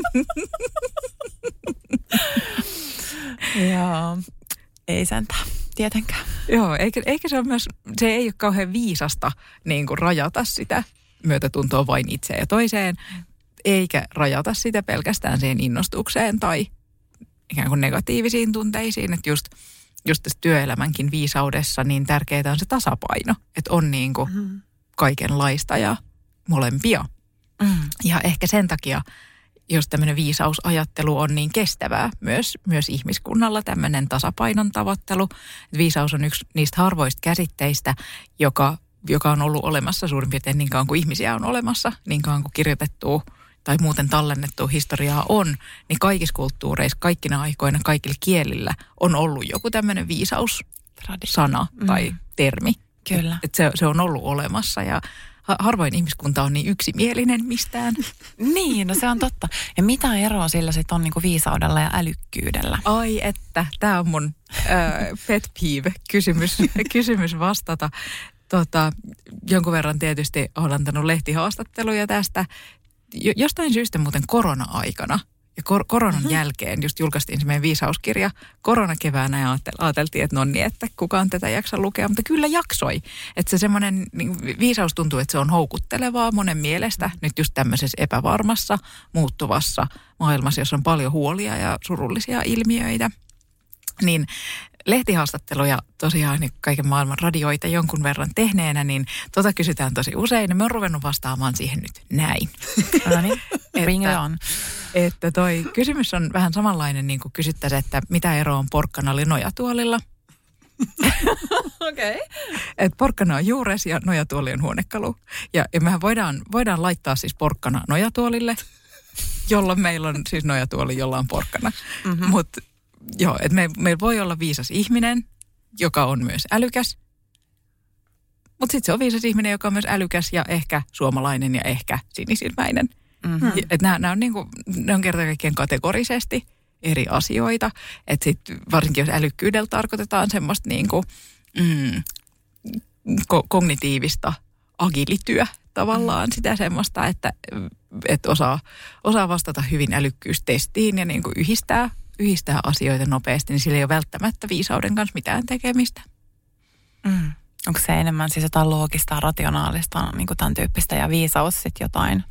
Joo, ei sentään, tietenkään. Joo, eikä se ole myös, se ei ole kauhean viisasta niin kuin rajata sitä myötätuntoa vain itseen ja toiseen, eikä rajata sitä pelkästään siihen innostukseen tai ikään kuin negatiivisiin tunteisiin. Että just tässä työelämänkin viisaudessa niin tärkeää on se tasapaino, että on niin kuin kaikenlaista ja molempia. Ja ehkä sen takia, jos tämmöinen viisausajattelu on niin kestävää myös ihmiskunnalla, tämmöinen tasapainon tavoittelu. Viisaus on yksi niistä harvoista käsitteistä, joka on ollut olemassa suurin piirtein niin kauan kuin ihmisiä on olemassa, niin kauan kuin kirjoitettua tai muuten tallennettua historiaa on, niin kaikissa kulttuureissa, kaikkina aikoina, kaikilla kielillä on ollut joku tämmöinen viisaussana tai termi. Kyllä. Että se on ollut olemassa ja harvoin ihmiskunta on niin yksimielinen mistään. Niin, no se on totta. Ja mitä eroa sillä sitten on niinku viisaudella ja älykkyydellä? Ai että, tämä on mun pet peeve kysymys vastata. Jonkun verran tietysti olen antanut lehtihaastatteluja tästä. Jostain syystä muuten korona-aikana, Ja koronan jälkeen just julkaistiin se meidän viisauskirja koronakeväänä ja ajateltiin, että nonni, että kukaan tätä jaksa lukea, mutta kyllä jaksoi. Että se semmoinen viisaus tuntuu, että se on houkuttelevaa monen mielestä nyt just tämmöisessä epävarmassa, muuttuvassa maailmassa, jossa on paljon huolia ja surullisia ilmiöitä. Niin lehtihaastatteluja tosiaan kaiken maailman radioita jonkun verran tehneenä, niin kysytään tosi usein. Ja me on ruvennut vastaamaan siihen nyt näin. No niin, bring it on. Että toi kysymys on vähän samanlainen niin kuin kysyttäisiin, että mitä eroa on porkkanalla ja nojatuolilla. Okei. Että porkkana on juures ja nojatuoli on huonekalu. Ja mehän voidaan laittaa siis porkkana nojatuolille, jolloin meillä on siis nojatuoli, jolla on porkkana. Mm-hmm. Mutta joo, että meillä voi olla viisas ihminen, joka on myös älykäs. Mutta sitten se on viisas ihminen, joka on myös älykäs ja ehkä suomalainen ja ehkä sinisilmäinen. Mm-hmm. Että ne on kerta kaikkien kategorisesti eri asioita. Että sitten varsinkin jos älykkyydellä tarkoitetaan semmoista kognitiivista agilityä tavallaan sitä semmoista, että osaa vastata hyvin älykkyystestiin ja yhdistää asioita nopeasti, niin sillä ei ole välttämättä viisauden kanssa mitään tekemistä. Mm. Onko se enemmän siis jotain loogista, rationaalista, niin kuin tämän tyyppistä ja viisaus sitten jotain?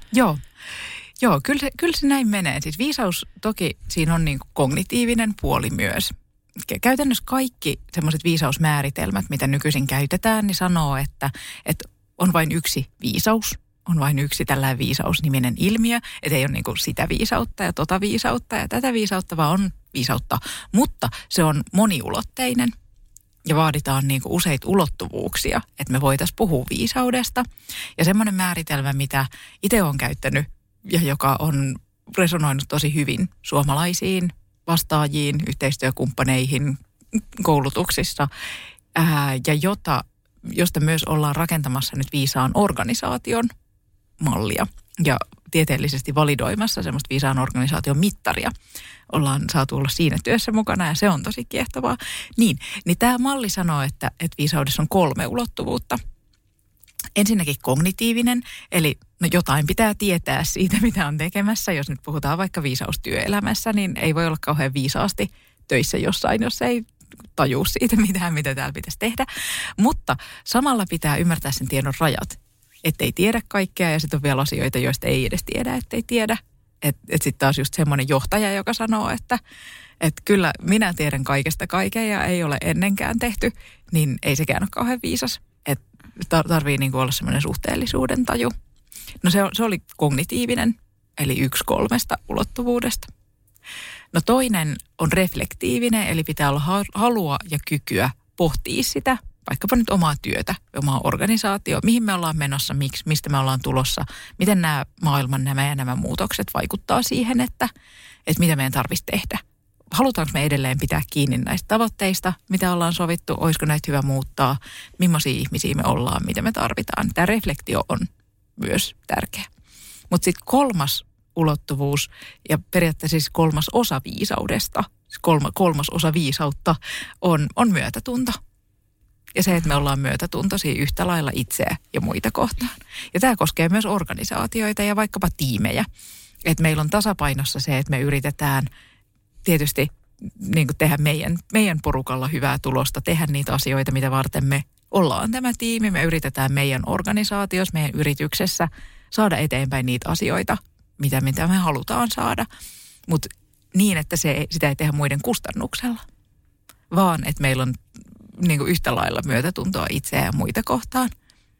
Joo, kyllä se näin menee. Siis viisaus toki siinä on niin kuin kognitiivinen puoli myös. Käytännössä kaikki semmoiset viisausmääritelmät, mitä nykyisin käytetään, niin sanoo, että on vain yksi viisaus. On vain yksi tällainen viisausniminen ilmiö, että ei ole niin kuin sitä viisautta ja tota viisautta ja tätä viisautta, vaan on viisautta. Mutta se on moniulotteinen ja vaaditaan niin kuin useita ulottuvuuksia, että me voitaisiin puhua viisaudesta. Ja semmoinen määritelmä, mitä itse olen käyttänyt ja joka on resonoinut tosi hyvin suomalaisiin vastaajiin, yhteistyökumppaneihin, koulutuksissa ja josta myös ollaan rakentamassa nyt viisaan organisaation mallia ja tieteellisesti validoimassa semmoista viisaan organisaation mittaria. Ollaan saatu olla siinä työssä mukana ja se on tosi kiehtovaa. Niin tämä malli sanoo, että viisaudessa on 3 ulottuvuutta. Ensinnäkin kognitiivinen, eli jotain pitää tietää siitä, mitä on tekemässä. Jos nyt puhutaan vaikka viisaustyöelämässä, niin ei voi olla kauhean viisaasti töissä jossain, jos ei tajuu siitä mitään, mitä täällä pitäisi tehdä. Mutta samalla pitää ymmärtää sen tiedon rajat, ettei tiedä kaikkea ja sitten on vielä asioita, joista ei edes tiedä, ettei tiedä. Että sitten taas just semmoinen johtaja, joka sanoo, että kyllä minä tiedän kaikesta kaiken ja ei ole ennenkään tehty, niin ei sekään ole kauhean viisas. Että tarvii niin kuin olla semmoinen suhteellisuuden taju. No se oli kognitiivinen, eli 1 3 ulottuvuudesta. No toinen on reflektiivinen, eli pitää olla halua ja kykyä pohtia sitä, vaikkapa nyt omaa työtä, omaa organisaatio, mihin me ollaan menossa, mistä me ollaan tulossa, miten nämä maailman nämä muutokset vaikuttaa siihen, että mitä meidän tarvitsisi tehdä. Halutaanko me edelleen pitää kiinni näistä tavoitteista, mitä ollaan sovittu, olisiko näitä hyvä muuttaa, millaisia ihmisiä me ollaan, mitä me tarvitaan. Tämä reflektio on myös tärkeä. Mutta sitten 3. ulottuvuus ja periaatteessa siis 3. osa viisaudesta, 3. osa viisautta on myötätunto. Ja se, että me ollaan myötätuntoisia yhtä lailla itseä ja muita kohtaan. Ja tämä koskee myös organisaatioita ja vaikkapa tiimejä. Että meillä on tasapainossa se, että me yritetään tietysti niin kuin tehdä meidän porukalla hyvää tulosta, tehdä niitä asioita, mitä varten me ollaan tämä tiimi. Me yritetään meidän organisaatiossa, meidän yrityksessä saada eteenpäin niitä asioita, mitä me halutaan saada. Mutta niin, että sitä ei tehdä muiden kustannuksella, vaan että meillä on niin kuin yhtä lailla myötätuntoa itseä ja muita kohtaan.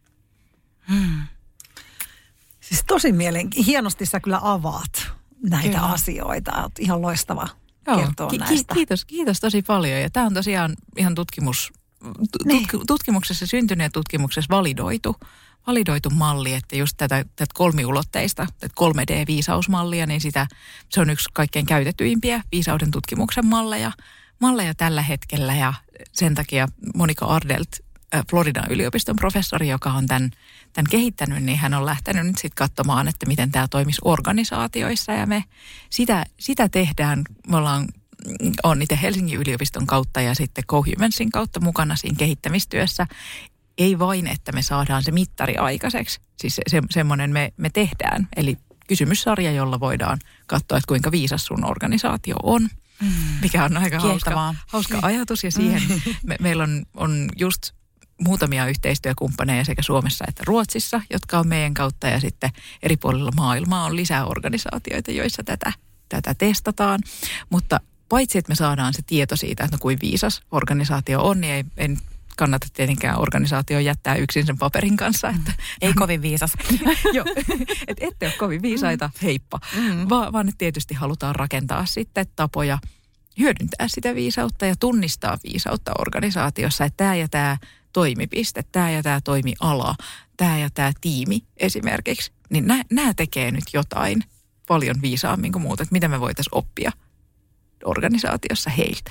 Siis tosi hienosti sä kyllä avaat näitä asioita. Oot ihan loistava kertoa näistä. Kiitos tosi paljon. Ja tämä on tosiaan ihan tutkimuksessa syntynyt ja tutkimuksessa validoitu malli, että just tätä 3-ulotteista, tätä 3D-viisausmallia, niin se on yksi kaikkein käytetyimpiä viisauden tutkimuksen malleja tällä hetkellä. Ja sen takia Monika Ardelt, Floridan yliopiston professori, joka on tämän kehittänyt, niin hän on lähtenyt nyt sitten katsomaan, että miten tämä toimisi organisaatioissa. Ja me sitä tehdään, on itse Helsingin yliopiston kautta ja sitten GoHumansin kautta mukana siinä kehittämistyössä. Ei vain, että me saadaan se mittari aikaiseksi, siis semmoinen me tehdään. Eli kysymyssarja, jolla voidaan katsoa, että kuinka viisas sun organisaatio on, mikä on aika hauska ajatus. Ja siihen meillä on just muutamia yhteistyökumppaneja sekä Suomessa että Ruotsissa, jotka on meidän kautta, ja sitten eri puolilla maailmaa on lisää organisaatioita, joissa tätä testataan. Mutta paitsi, että me saadaan se tieto siitä, että kuin viisas organisaatio on, niin ei kannata tietenkään organisaatio jättää yksin sen paperin kanssa. Että ei kovin viisas. Joo, että ette ole kovin viisaita, heippa. Vaan että tietysti halutaan rakentaa sitten tapoja hyödyntää sitä viisautta ja tunnistaa viisautta organisaatiossa, että tämä ja tämä toimipiste, tämä ja tämä toimiala, tämä ja tämä tiimi esimerkiksi, niin nämä tekee nyt jotain paljon viisaammin kuin muut, että mitä me voitaisiin oppia organisaatiossa heiltä.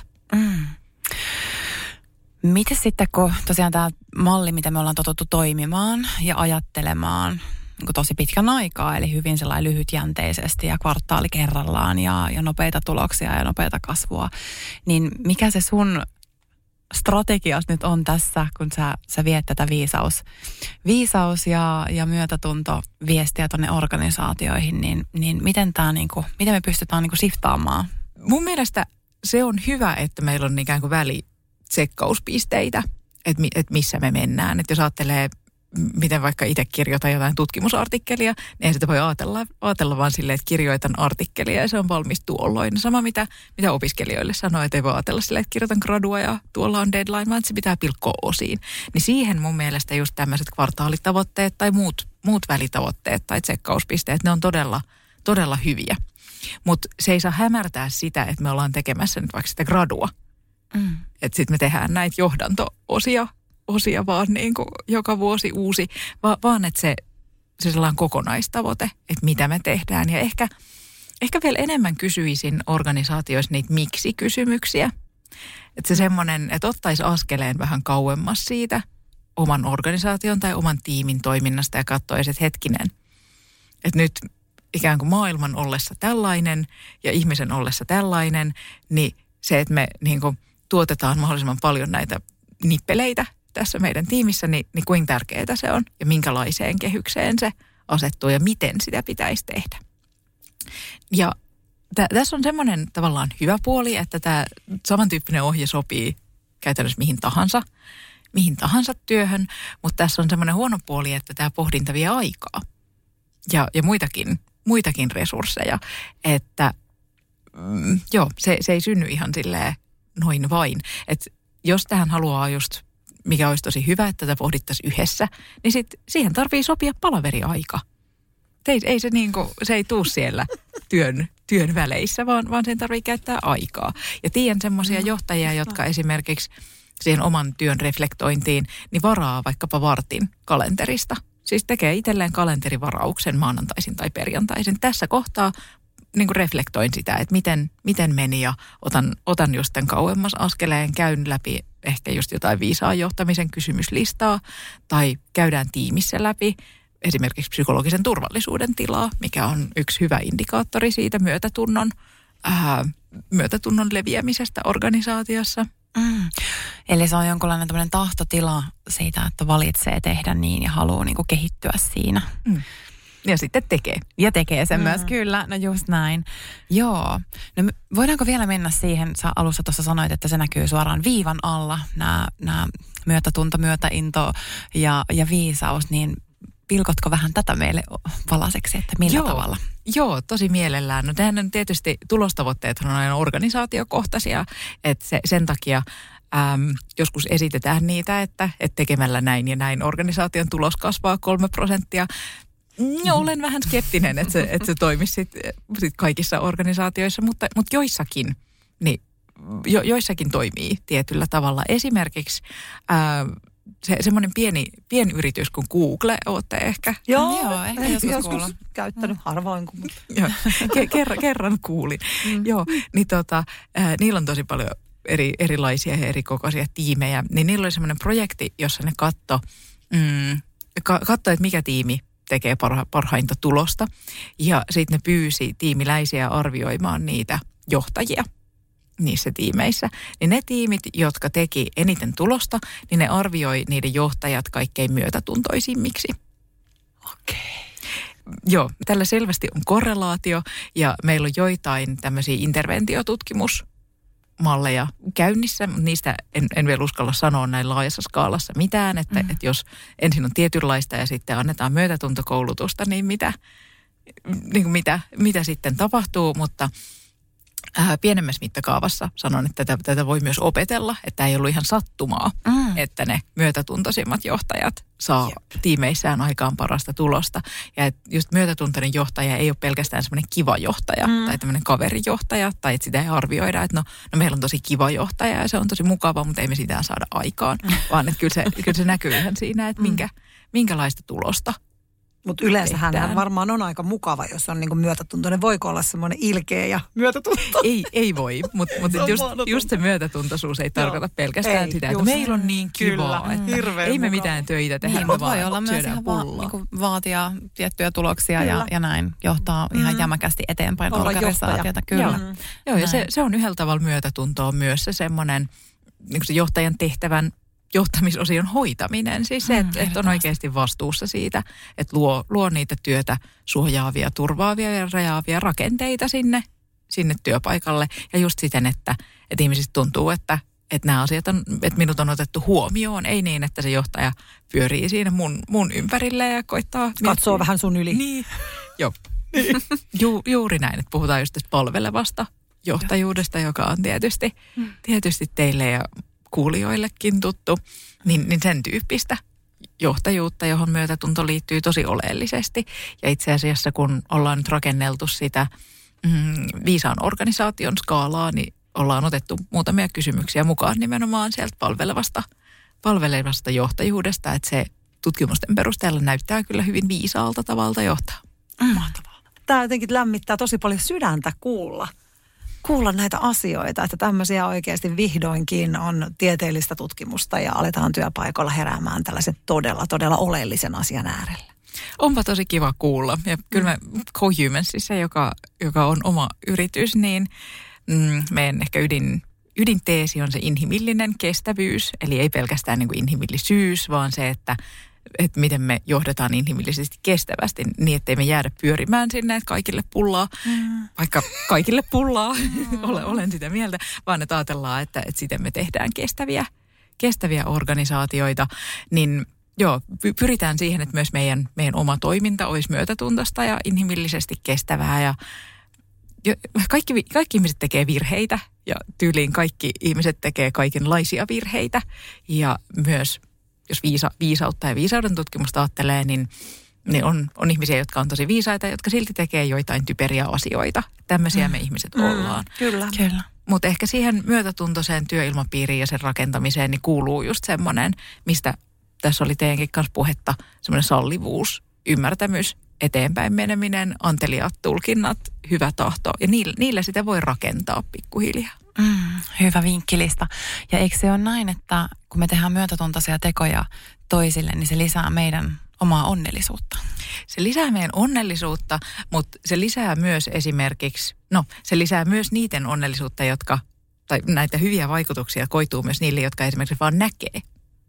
Miten sitten, kun tosiaan tämä malli, mitä me ollaan totuttu toimimaan ja ajattelemaan niin tosi pitkän aikaa, eli hyvin sellainen lyhytjänteisesti ja kvartaali kerrallaan ja nopeita tuloksia ja nopeata kasvua, niin mikä se sun strategias nyt on tässä, kun sä viet tätä viisaus ja myötätunto viestiä tuonne organisaatioihin, niin miten me pystytään shiftaamaan? Mun mielestä se on hyvä, että meillä on ikään kuin välitsekkauspisteitä, että missä me mennään. Että jos ajattelee, miten vaikka itse kirjoitan jotain tutkimusartikkelia, niin ei sitä voi ajatella vaan silleen, että kirjoitan artikkelia ja se on valmis tuolloin. Sama mitä opiskelijoille sanoo, että ei voi ajatella silleen, että kirjoitan gradua ja tuolla on deadline, vaan se pitää pilkkoa osiin. Niin siihen mun mielestä just tämmöiset kvartaalitavoitteet tai muut välitavoitteet tai tsekkauspisteet, ne on todella, todella hyviä. Mutta se ei saa hämärtää sitä, että me ollaan tekemässä nyt vaikka sitä gradua. Että sitten me tehdään näitä johdanto-osia vaan niin kuin joka vuosi uusi, vaan että se sellainen kokonaistavoite, että mitä me tehdään. Ja ehkä vielä enemmän kysyisin organisaatioissa niitä miksi-kysymyksiä. Että se semmoinen, että ottaisi askeleen vähän kauemmas siitä oman organisaation tai oman tiimin toiminnasta ja katsoisi, että hetkinen, että nyt ikään kuin maailman ollessa tällainen ja ihmisen ollessa tällainen, niin se, että me niin kuin tuotetaan mahdollisimman paljon näitä nippeleitä tässä meidän tiimissä, niin kuinka tärkeää se on ja minkälaiseen kehykseen se asettuu ja miten sitä pitäisi tehdä. Ja tässä on semmoinen tavallaan hyvä puoli, että tämä samantyyppinen ohje sopii käytännössä mihin tahansa työhön, mutta tässä on semmoinen huono puoli, että tämä pohdinta vie aikaa ja muitakin resursseja, että se ei synny ihan silleen noin vain. Että jos tähän haluaa just, mikä olisi tosi hyvä, että tätä pohdittaisiin yhdessä, niin siihen tarvii sopia palaveriaika. Se ei tule siellä työn väleissä, vaan sen tarvii käyttää aikaa. Ja tiedän semmoisia johtajia, jotka esimerkiksi siihen oman työn reflektointiin, niin varaa vaikkapa vartin kalenterista. Siis tekee itselleen kalenterivarauksen maanantaisin tai perjantaisin. Tässä kohtaa niin kuin reflektoin sitä, että miten meni ja otan just tämän kauemmas askeleen, käyn läpi ehkä just jotain viisaan johtamisen kysymyslistaa tai käydään tiimissä läpi esimerkiksi psykologisen turvallisuuden tilaa, mikä on yksi hyvä indikaattori siitä myötätunnon leviämisestä organisaatiossa. Eli se on jonkunlainen tämmöinen tahtotila siitä, että valitsee tehdä niin ja haluaa niin kuin kehittyä siinä. Ja sitten tekee. Ja tekee sen myös, kyllä. No just näin. Joo. No voidaanko vielä mennä siihen, sä alussa tuossa sanoit, että se näkyy suoraan viivan alla, nämä myötätunto, myötäinto ja viisaus, niin pilkotko vähän tätä meille valaseksi, että millä tavalla? Joo, tosi mielellään. No tämähän on tietysti, tulostavoitteet on aina organisaatiokohtaisia, että sen takia joskus esitetään niitä, että tekemällä näin ja näin organisaation tulos kasvaa 3%. Olen vähän skeptinen, että se toimisi sit kaikissa organisaatioissa, mutta joissakin, niin joissakin toimii tietyllä tavalla. Esimerkiksi semmoinen pieni yritys kuin Google, olette ehkä. Joo, ehkä joskus käyttänyt harvoin. Kerran kuulin. Joo, niin niillä on tosi paljon erilaisia ja erikokoisia tiimejä. Niin niillä oli semmoinen projekti, jossa ne katsoi, että mikä tiimi tekee parhainta tulosta. Ja sitten ne pyysi tiimiläisiä arvioimaan niitä johtajia niissä tiimeissä. Niin ne tiimit, jotka teki eniten tulosta, niin ne arvioi niiden johtajat kaikkein myötätuntoisimmiksi. Okei. joo, tällä selvästi on korrelaatio ja meillä on joitain tämmöisiä interventiotutkimusmalleja käynnissä, mutta niistä en vielä uskalla sanoa näin laajassa skaalassa mitään, että jos ensin on tietynlaista ja sitten annetaan myötätuntokoulutusta, niin mitä sitten tapahtuu, mutta pienemmässä mittakaavassa sanon, että tätä voi myös opetella, että ei ollut ihan sattumaa, että ne myötätuntoisimmat johtajat saa tiimeissään aikaan parasta tulosta. Ja että just myötätuntoinen johtaja ei ole pelkästään semmoinen kiva johtaja tai tämmöinen kaverijohtaja, tai että sitä ei arvioida, että no meillä on tosi kiva johtaja ja se on tosi mukava, mutta ei me sitä saada aikaan, vaan että kyllä se näkyy ihan siinä, että minkälaista tulosta. Mutta yleensähän hän varmaan on aika mukava, jos on niinku myötätuntoinen. Voiko olla semmoinen ilkeä ja myötätunto? Ei voi, mutta just se myötätuntoisuus ei tarkoita pelkästään sitä, että meillä on niin kivaa, että ei me mitään töitä tehdä, mutta voi olla myös ihan vaatia tiettyjä tuloksia ja näin johtaa ihan jämäkästi eteenpäin organisaatiota. Kyllä. Joo, ja se on yhdellä tavalla myötätuntoa myös se semmoinen niin se johtajan tehtävän johtamisosion hoitaminen, siis se, että on oikeasti vastuussa siitä, että luo niitä työtä suojaavia, turvaavia ja rajaavia rakenteita sinne työpaikalle. Ja just siten, että ihmisistä tuntuu, että nämä asiat että minut on otettu huomioon. Ei niin, että se johtaja pyörii siinä mun ympärille ja koittaa katsoo vähän sun yli. Niin, joo. Juuri näin, että puhutaan just tästä palvelevasta johtajuudesta, joka on tietysti teille ja kuulijoillekin tuttu, niin sen tyyppistä johtajuutta, johon myötätunto liittyy tosi oleellisesti. Ja itse asiassa, kun ollaan nyt rakenneltu sitä viisaan organisaation skaalaa, niin ollaan otettu muutamia kysymyksiä mukaan nimenomaan sieltä palvelevasta johtajuudesta, että se tutkimusten perusteella näyttää kyllä hyvin viisaalta tavalta johtaa. Mahtavaa. Tämä jotenkin lämmittää tosi paljon sydäntä kuulla näitä asioita, että tämmöisiä oikeasti vihdoinkin on tieteellistä tutkimusta ja aletaan työpaikoilla heräämään tällaisen todella, todella oleellisen asian äärellä. Onpa tosi kiva kuulla. Ja kyllä me Cohumansissa, joka on oma yritys, niin meidän ehkä ydinteesi on se inhimillinen kestävyys. Eli ei pelkästään niin kuin inhimillisyys, vaan se, että miten me johdetaan inhimillisesti kestävästi niin, ettei me jäädä pyörimään sinne, että kaikille pullaa, vaikka kaikille pullaa, olen sitä mieltä, vaan että ajatellaan, että siten me tehdään kestäviä organisaatioita, niin joo, pyritään siihen, että myös meidän oma toiminta olisi myötätuntoista ja inhimillisesti kestävää ja kaikki ihmiset tekee virheitä ja tyyliin kaikki ihmiset tekee kaikenlaisia virheitä ja myös jos viisautta ja viisauden tutkimusta ajattelee, niin on ihmisiä, jotka on tosi viisaita, jotka silti tekee joitain typeriä asioita. Tämmöisiä me ihmiset ollaan. Kyllä. Mutta ehkä siihen myötätuntoiseen työilmapiiriin ja sen rakentamiseen niin kuuluu just semmoinen, mistä tässä oli teidänkin kanssa puhetta, semmoinen sallivuus, ymmärtämys, eteenpäin meneminen, anteliaat tulkinnat, hyvä tahto. Ja niillä sitä voi rakentaa pikkuhiljaa. Hyvä vinkkilista. Ja eikö se ole näin, että kun me tehdään myötätuntoisia tekoja toisille, niin se lisää meidän omaa onnellisuutta? Se lisää meidän onnellisuutta, mutta se lisää myös esimerkiksi, se lisää myös niiden onnellisuutta, tai näitä hyviä vaikutuksia koituu myös niille, jotka esimerkiksi vaan näkee.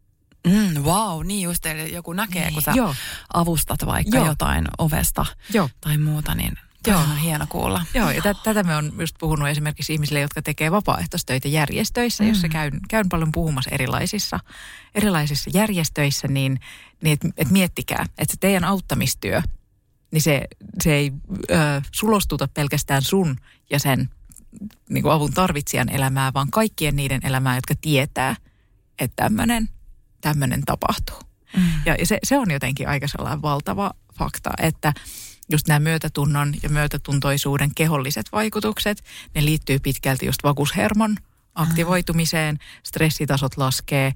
Wow, niin just, eli joku näkee, kun sä avustat vaikka jotain ovesta tai muuta, niin on hieno kuulla. Joo, ja tätä me on just puhunut esimerkiksi ihmisille, jotka tekee vapaaehtoistöitä järjestöissä, jossa käyn paljon puhumassa erilaisissa järjestöissä, niin että miettikää, että se teidän auttamistyö, niin se ei sulostuta pelkästään sun ja sen niin kuin avun tarvitsijan elämää, vaan kaikkien niiden elämää, jotka tietää, että tämmöinen tapahtuu. Ja se on jotenkin aika sellainen valtava fakta, että just nämä myötätunnon ja myötätuntoisuuden keholliset vaikutukset, ne liittyy pitkälti just vakushermon aktivoitumiseen, stressitasot laskee,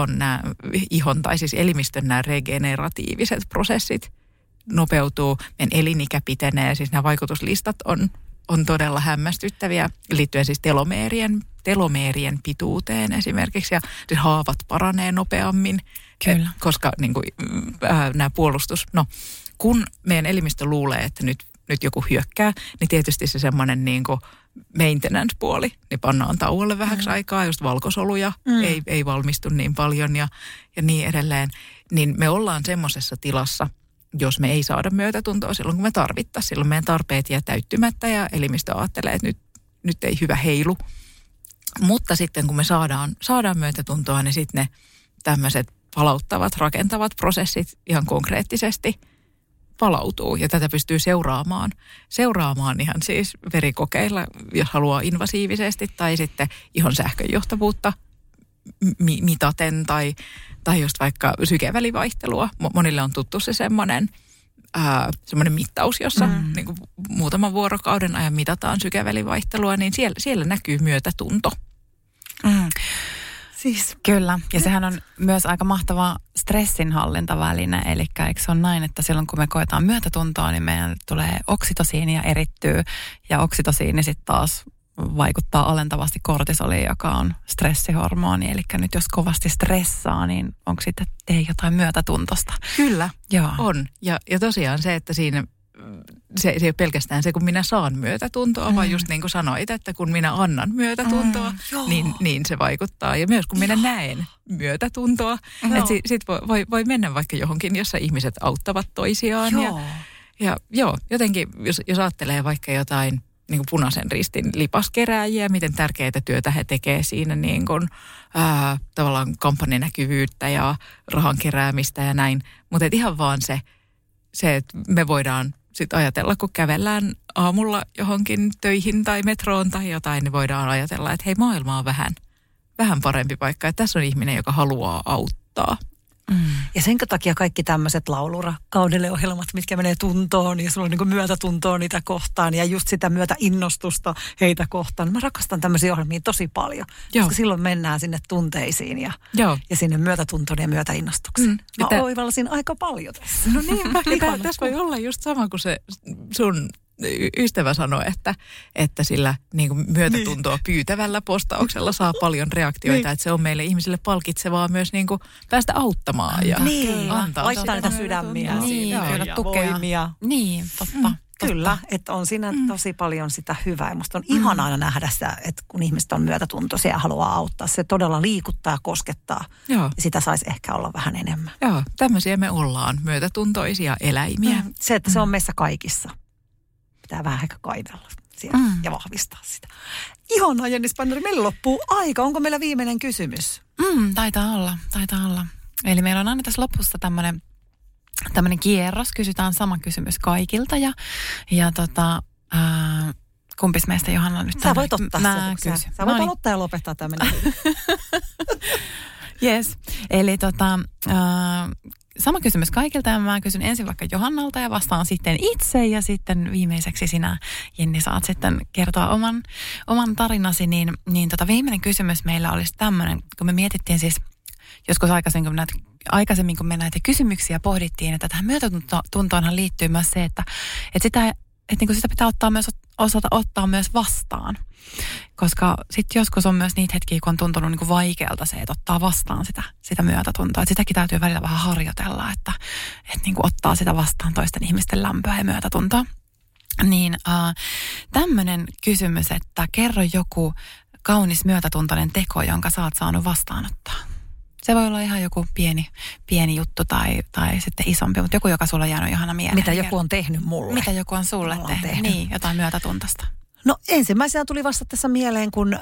ihon tai siis elimistön nämä regeneratiiviset prosessit nopeutuu, meidän elinikä pitenee, siis nämä vaikutuslistat on todella hämmästyttäviä, liittyen siis telomeerien pituuteen esimerkiksi, ja siis haavat paranee nopeammin, koska niin kuin, nämä kun meidän elimistö luulee, että nyt joku hyökkää, niin tietysti se semmoinen niin kuin maintenance-puoli, niin pannaan tauolle vähäksi aikaa, just valkosoluja ei valmistu niin paljon ja niin edelleen. Niin me ollaan semmoisessa tilassa, jos me ei saada myötätuntoa silloin, kun me tarvittaisiin. Silloin meidän tarpeet jää täyttymättä ja elimistö ajattelee, että nyt ei hyvä heilu. Mutta sitten kun me saadaan myötätuntoa, niin sitten ne tämmöiset palauttavat, rakentavat prosessit ihan konkreettisesti palautuu. Ja tätä pystyy seuraamaan ihan siis verikokeilla, jos haluaa invasiivisesti tai sitten ihon sähkönjohtavuutta mitaten tai just vaikka sykevälivaihtelua. Monille on tuttu se semmoinen mittaus, jossa niin kuin muutaman vuorokauden ajan mitataan sykevälivaihtelua, niin siellä näkyy myötätunto. Siis. Kyllä, ja sehän on myös aika mahtava stressinhallintaväline, eli eikö se ole näin, että silloin kun me koetaan myötätuntoa, niin meidän tulee oksitosiinia erittyy, ja oksitosiini sitten taas vaikuttaa alentavasti kortisoliin, joka on stressihormoni. Eli nyt jos kovasti stressaa, niin onko sitten tee jotain myötätuntosta? Kyllä, joo. On. Ja tosiaan se, että siinä se ei ole pelkästään se, kun minä saan myötätuntoa, vaan just niin kuin sanoit, että kun minä annan myötätuntoa, niin se vaikuttaa. Ja myös kun minä näen myötätuntoa, että sitten voi mennä vaikka johonkin, jossa ihmiset auttavat toisiaan. Ja jotenkin, jos ajattelee vaikka jotain niin kuin Punaisen Ristin lipaskerääjiä, miten tärkeää työtä he tekevät siinä niin kuin, tavallaan kampanjanäkyvyyttä ja rahan keräämistä ja näin. Mutta ihan vaan se, että me voidaan sitten ajatella, kun kävellään aamulla johonkin töihin tai metroon tai jotain, niin voidaan ajatella, että hei, maailma on vähän parempi paikka. Että tässä on ihminen, joka haluaa auttaa. Ja sen takia kaikki tämmöiset laulurakkaudelle ohjelmat, mitkä menee tuntoon ja sulla on niin kuin myötätuntoa niitä kohtaan ja just sitä myötäinnostusta heitä kohtaan. Mä rakastan tämmöisiä ohjelmia tosi paljon, koska silloin mennään sinne tunteisiin ja sinne myötätuntoon ja myötäinnostukseen. Mä oivallasin aika paljon tässä. No niin, tässä voi olla just sama kuin se sun ystävä sanoi, että sillä niin kuin myötätuntoa pyytävällä postauksella saa paljon reaktioita, että se on meille ihmisille palkitsevaa myös niin kuin päästä auttamaan ja antaa. Laittaa niitä sydämiä ja tukea. Voimia. Niin, totta. Kyllä, että on siinä tosi paljon sitä hyvää. Ja musta on ihanaa aina nähdä sitä, että kun ihmiset on myötätuntoisia ja haluaa auttaa, se todella liikuttaa ja koskettaa. Ja sitä saisi ehkä olla vähän enemmän. Joo, tämmöisiä me ollaan, myötätuntoisia eläimiä. Se, että se on meissä kaikissa. Pitää vähän ehkä kaivella siellä ja vahvistaa sitä. Ihanaa, Jenni Spanneri, meillä loppuu aika. Onko meillä viimeinen kysymys? Taitaa olla. Eli meillä on aina tässä lopussa tämmöinen kierros. Kysytään sama kysymys kaikilta ja kumpis meistä Johanna nyt? Sä voit ottaa sen. Sä voit aloittaa ja lopettaa tämmöinen. Yes. Eli sama kysymys kaikilta ja mä kysyn ensin vaikka Johannalta ja vastaan sitten itse ja sitten viimeiseksi sinä, Jenni, saat sitten kertoa oman tarinasi. Niin viimeinen kysymys meillä olisi tämmöinen, kun me mietittiin siis joskus aikaisemmin, kun me näitä kysymyksiä pohdittiin, että tähän myötätuntoonhan liittyy myös se, että sitä pitää osata ottaa myös vastaan. Koska sitten joskus on myös niitä hetkiä, kun on tuntunut niin kuin vaikealta se, että ottaa vastaan sitä myötätuntoa. Että sitäkin täytyy välillä vähän harjoitella, että niin kuin ottaa sitä vastaan toisten ihmisten lämpöä ja myötätuntoa. Niin tämmöinen kysymys, että kerro joku kaunis myötätuntoinen teko, jonka sä oot saanut vastaanottaa. Se voi olla ihan joku pieni juttu tai sitten isompi, mutta joku, joka sulla on jäänyt Johanna mieleen. Mitä joku on tehnyt mulle. Mitä joku on sulle tehnyt. Niin, jotain myötätuntosta. No ensimmäisenä tuli vasta tässä mieleen, kun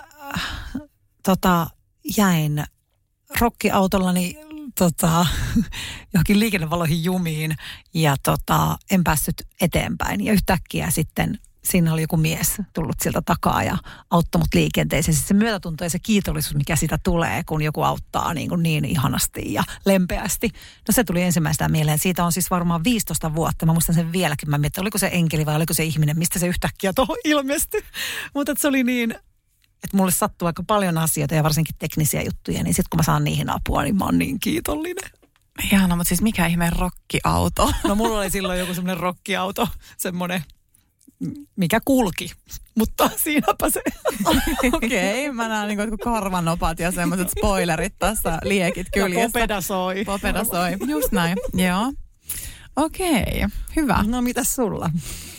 jäin rokkiautollani johonkin liikennevaloihin jumiin ja en päässyt eteenpäin. Ja yhtäkkiä sitten siinä oli joku mies tullut sieltä takaa ja auttanut liikenteeseen. Sitten se myötätunto ja se kiitollisuus, mikä siitä tulee, kun joku auttaa niin ihanasti ja lempeästi. No se tuli ensimmäisenä mieleen. Siitä on siis varmaan 15 vuotta. Mä muistan sen vieläkin. Mä mietin, oliko se enkeli vai oliko se ihminen, mistä se yhtäkkiä tuohon ilmestyi. Mutta se oli niin, että mulle sattuu aika paljon asioita ja varsinkin teknisiä juttuja. Niin sitten kun mä saan niihin apua, niin mä oon niin kiitollinen. Ihana, mutta siis mikä ihmeen rokkiauto? No mulla oli silloin joku semmoinen rokkiauto, semmoinen, mikä kulki, mutta siinäpä se. Okei, mä näen niin kuin karvanopat ja semmoiset spoilerit tässä, liekit kyljessä. Ja popeda soi. Just näin, joo. Okei, hyvä. No mitäs sulla?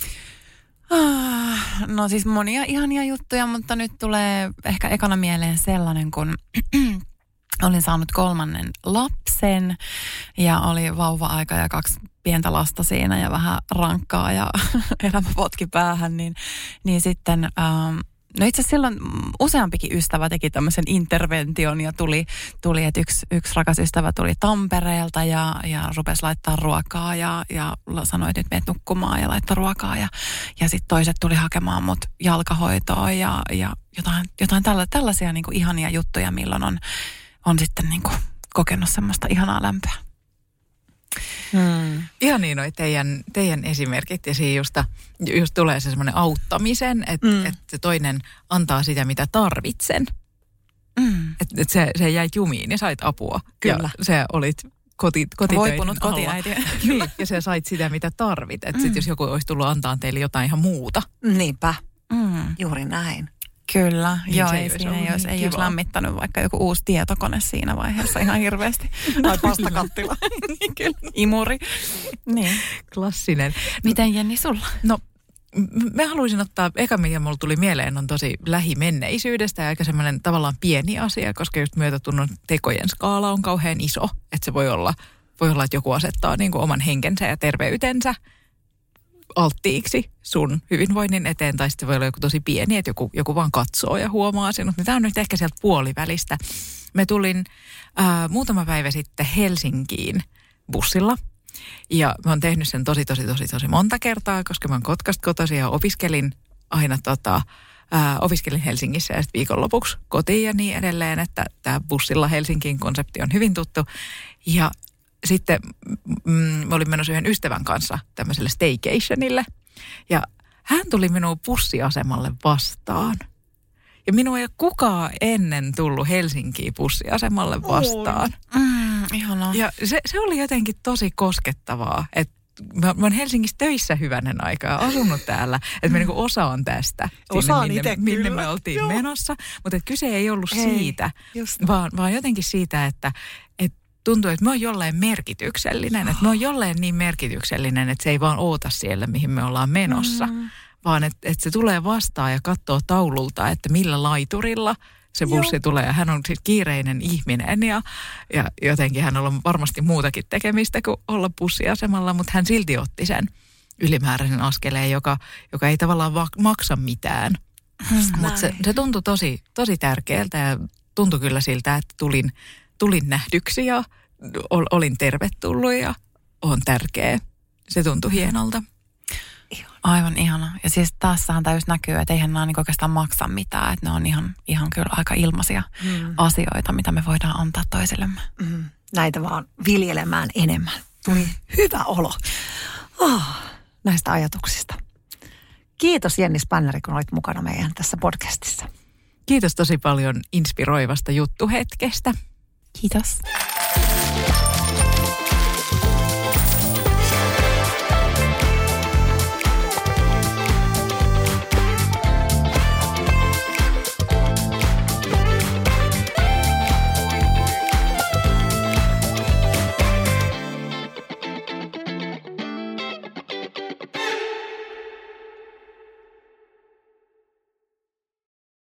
No siis monia ihania juttuja, mutta nyt tulee ehkä ekana mieleen sellainen, kun olin saanut 3. lapsen ja oli vauva-aika ja 2 pientä lasta siinä ja vähän rankkaa ja elämä potki päähän, niin sitten... No itse asiassa silloin useampikin ystävä teki tämmöisen intervention ja tuli että yksi rakas ystävä tuli Tampereelta ja rupesi laittaa ruokaa ja sanoi, että nyt menet nukkumaan ja laittaa ruokaa ja sitten toiset tuli hakemaan mut jalkahoitoon ja jotain tällaisia niin kuin ihania juttuja, milloin on sitten niin kuin kokenut semmoista ihanaa lämpöä. Ihan niin noi teidän esimerkit ja siinä just tulee se semmoinen auttamisen, että se toinen antaa sitä, mitä tarvitsen. Että se jäi jumiin ja sait apua. Kyllä. Ja se olit kotitöiden voipunut kotiäiti. Niin, ja sä sait sitä, mitä tarvit. Että sitten jos joku olisi tullut antaa teille jotain ihan muuta. Niinpä, juuri näin. Kyllä, niin joo, ei olisi lämmittänyt vaikka joku uusi tietokone siinä vaiheessa ihan hirveästi. Tai pastakattila. Niin, kyllä, imuri. Niin. Klassinen. Miten Jenni sulla? No, mä haluaisin ottaa, eka mikä mulla tuli mieleen on tosi lähimenneisyydestä ja aika semmoinen tavallaan pieni asia, koska just myötätunnon tekojen skaala on kauhean iso. Että se voi olla, että joku asettaa niin kuin oman henkensä ja terveytensä alttiiksi sun hyvinvoinnin eteen, tai sitten voi olla joku tosi pieni, että joku vaan katsoo ja huomaa sinut. Tämä on nyt ehkä sieltä puolivälistä. Me tulin muutama päivä sitten Helsinkiin bussilla, ja mä oon tehnyt sen tosi monta kertaa, koska mä oon Kotkasta kotoisin ja opiskelin aina opiskelin Helsingissä ja sitten viikonlopuksi kotiin ja niin edelleen, että tämä bussilla Helsinkiin konsepti on hyvin tuttu. Ja sitten mä olin menossa yhden ystävän kanssa tämmöiselle staycationille ja hän tuli minun bussiasemalle vastaan. Ja minua ei ole kukaan ennen tullut Helsinkiin bussiasemalle vastaan. Ihanaa. Ja se oli jotenkin tosi koskettavaa, että mä oon Helsingissä töissä hyvänen aikaa asunut täällä, että mä niinku osaan tästä, minne me oltiin menossa. Mutta kyse ei ollut siitä, vaan jotenkin siitä, että tuntuu, että mä oon jollain merkityksellinen. Että mä oon jollain niin merkityksellinen, että se ei vaan oota siellä, mihin me ollaan menossa. Vaan että se tulee vastaan ja katsoo taululta, että millä laiturilla se bussi tulee. Ja hän on siis kiireinen ihminen ja jotenkin hänellä on varmasti muutakin tekemistä kuin olla bussiasemalla, mutta hän silti otti sen ylimääräisen askeleen, joka ei tavallaan maksa mitään. Mutta se tuntui tosi tärkeältä ja tuntui kyllä siltä, että tulin nähdyksi ja olin tervetullut ja on tärkeä. Se tuntui hienolta. Aivan ihana. Ja siis tässähän täys näkyy, että eihän nämä niin oikeastaan maksa mitään. Että ne on ihan kyllä aika ilmaisia asioita, mitä me voidaan antaa toisillemme. Näitä vaan viljelemään enemmän. Tuli hyvä olo näistä ajatuksista. Kiitos Jenni Spanneri, kun olit mukana meidän tässä podcastissa. Kiitos tosi paljon inspiroivasta juttuhetkestä. Kiitos.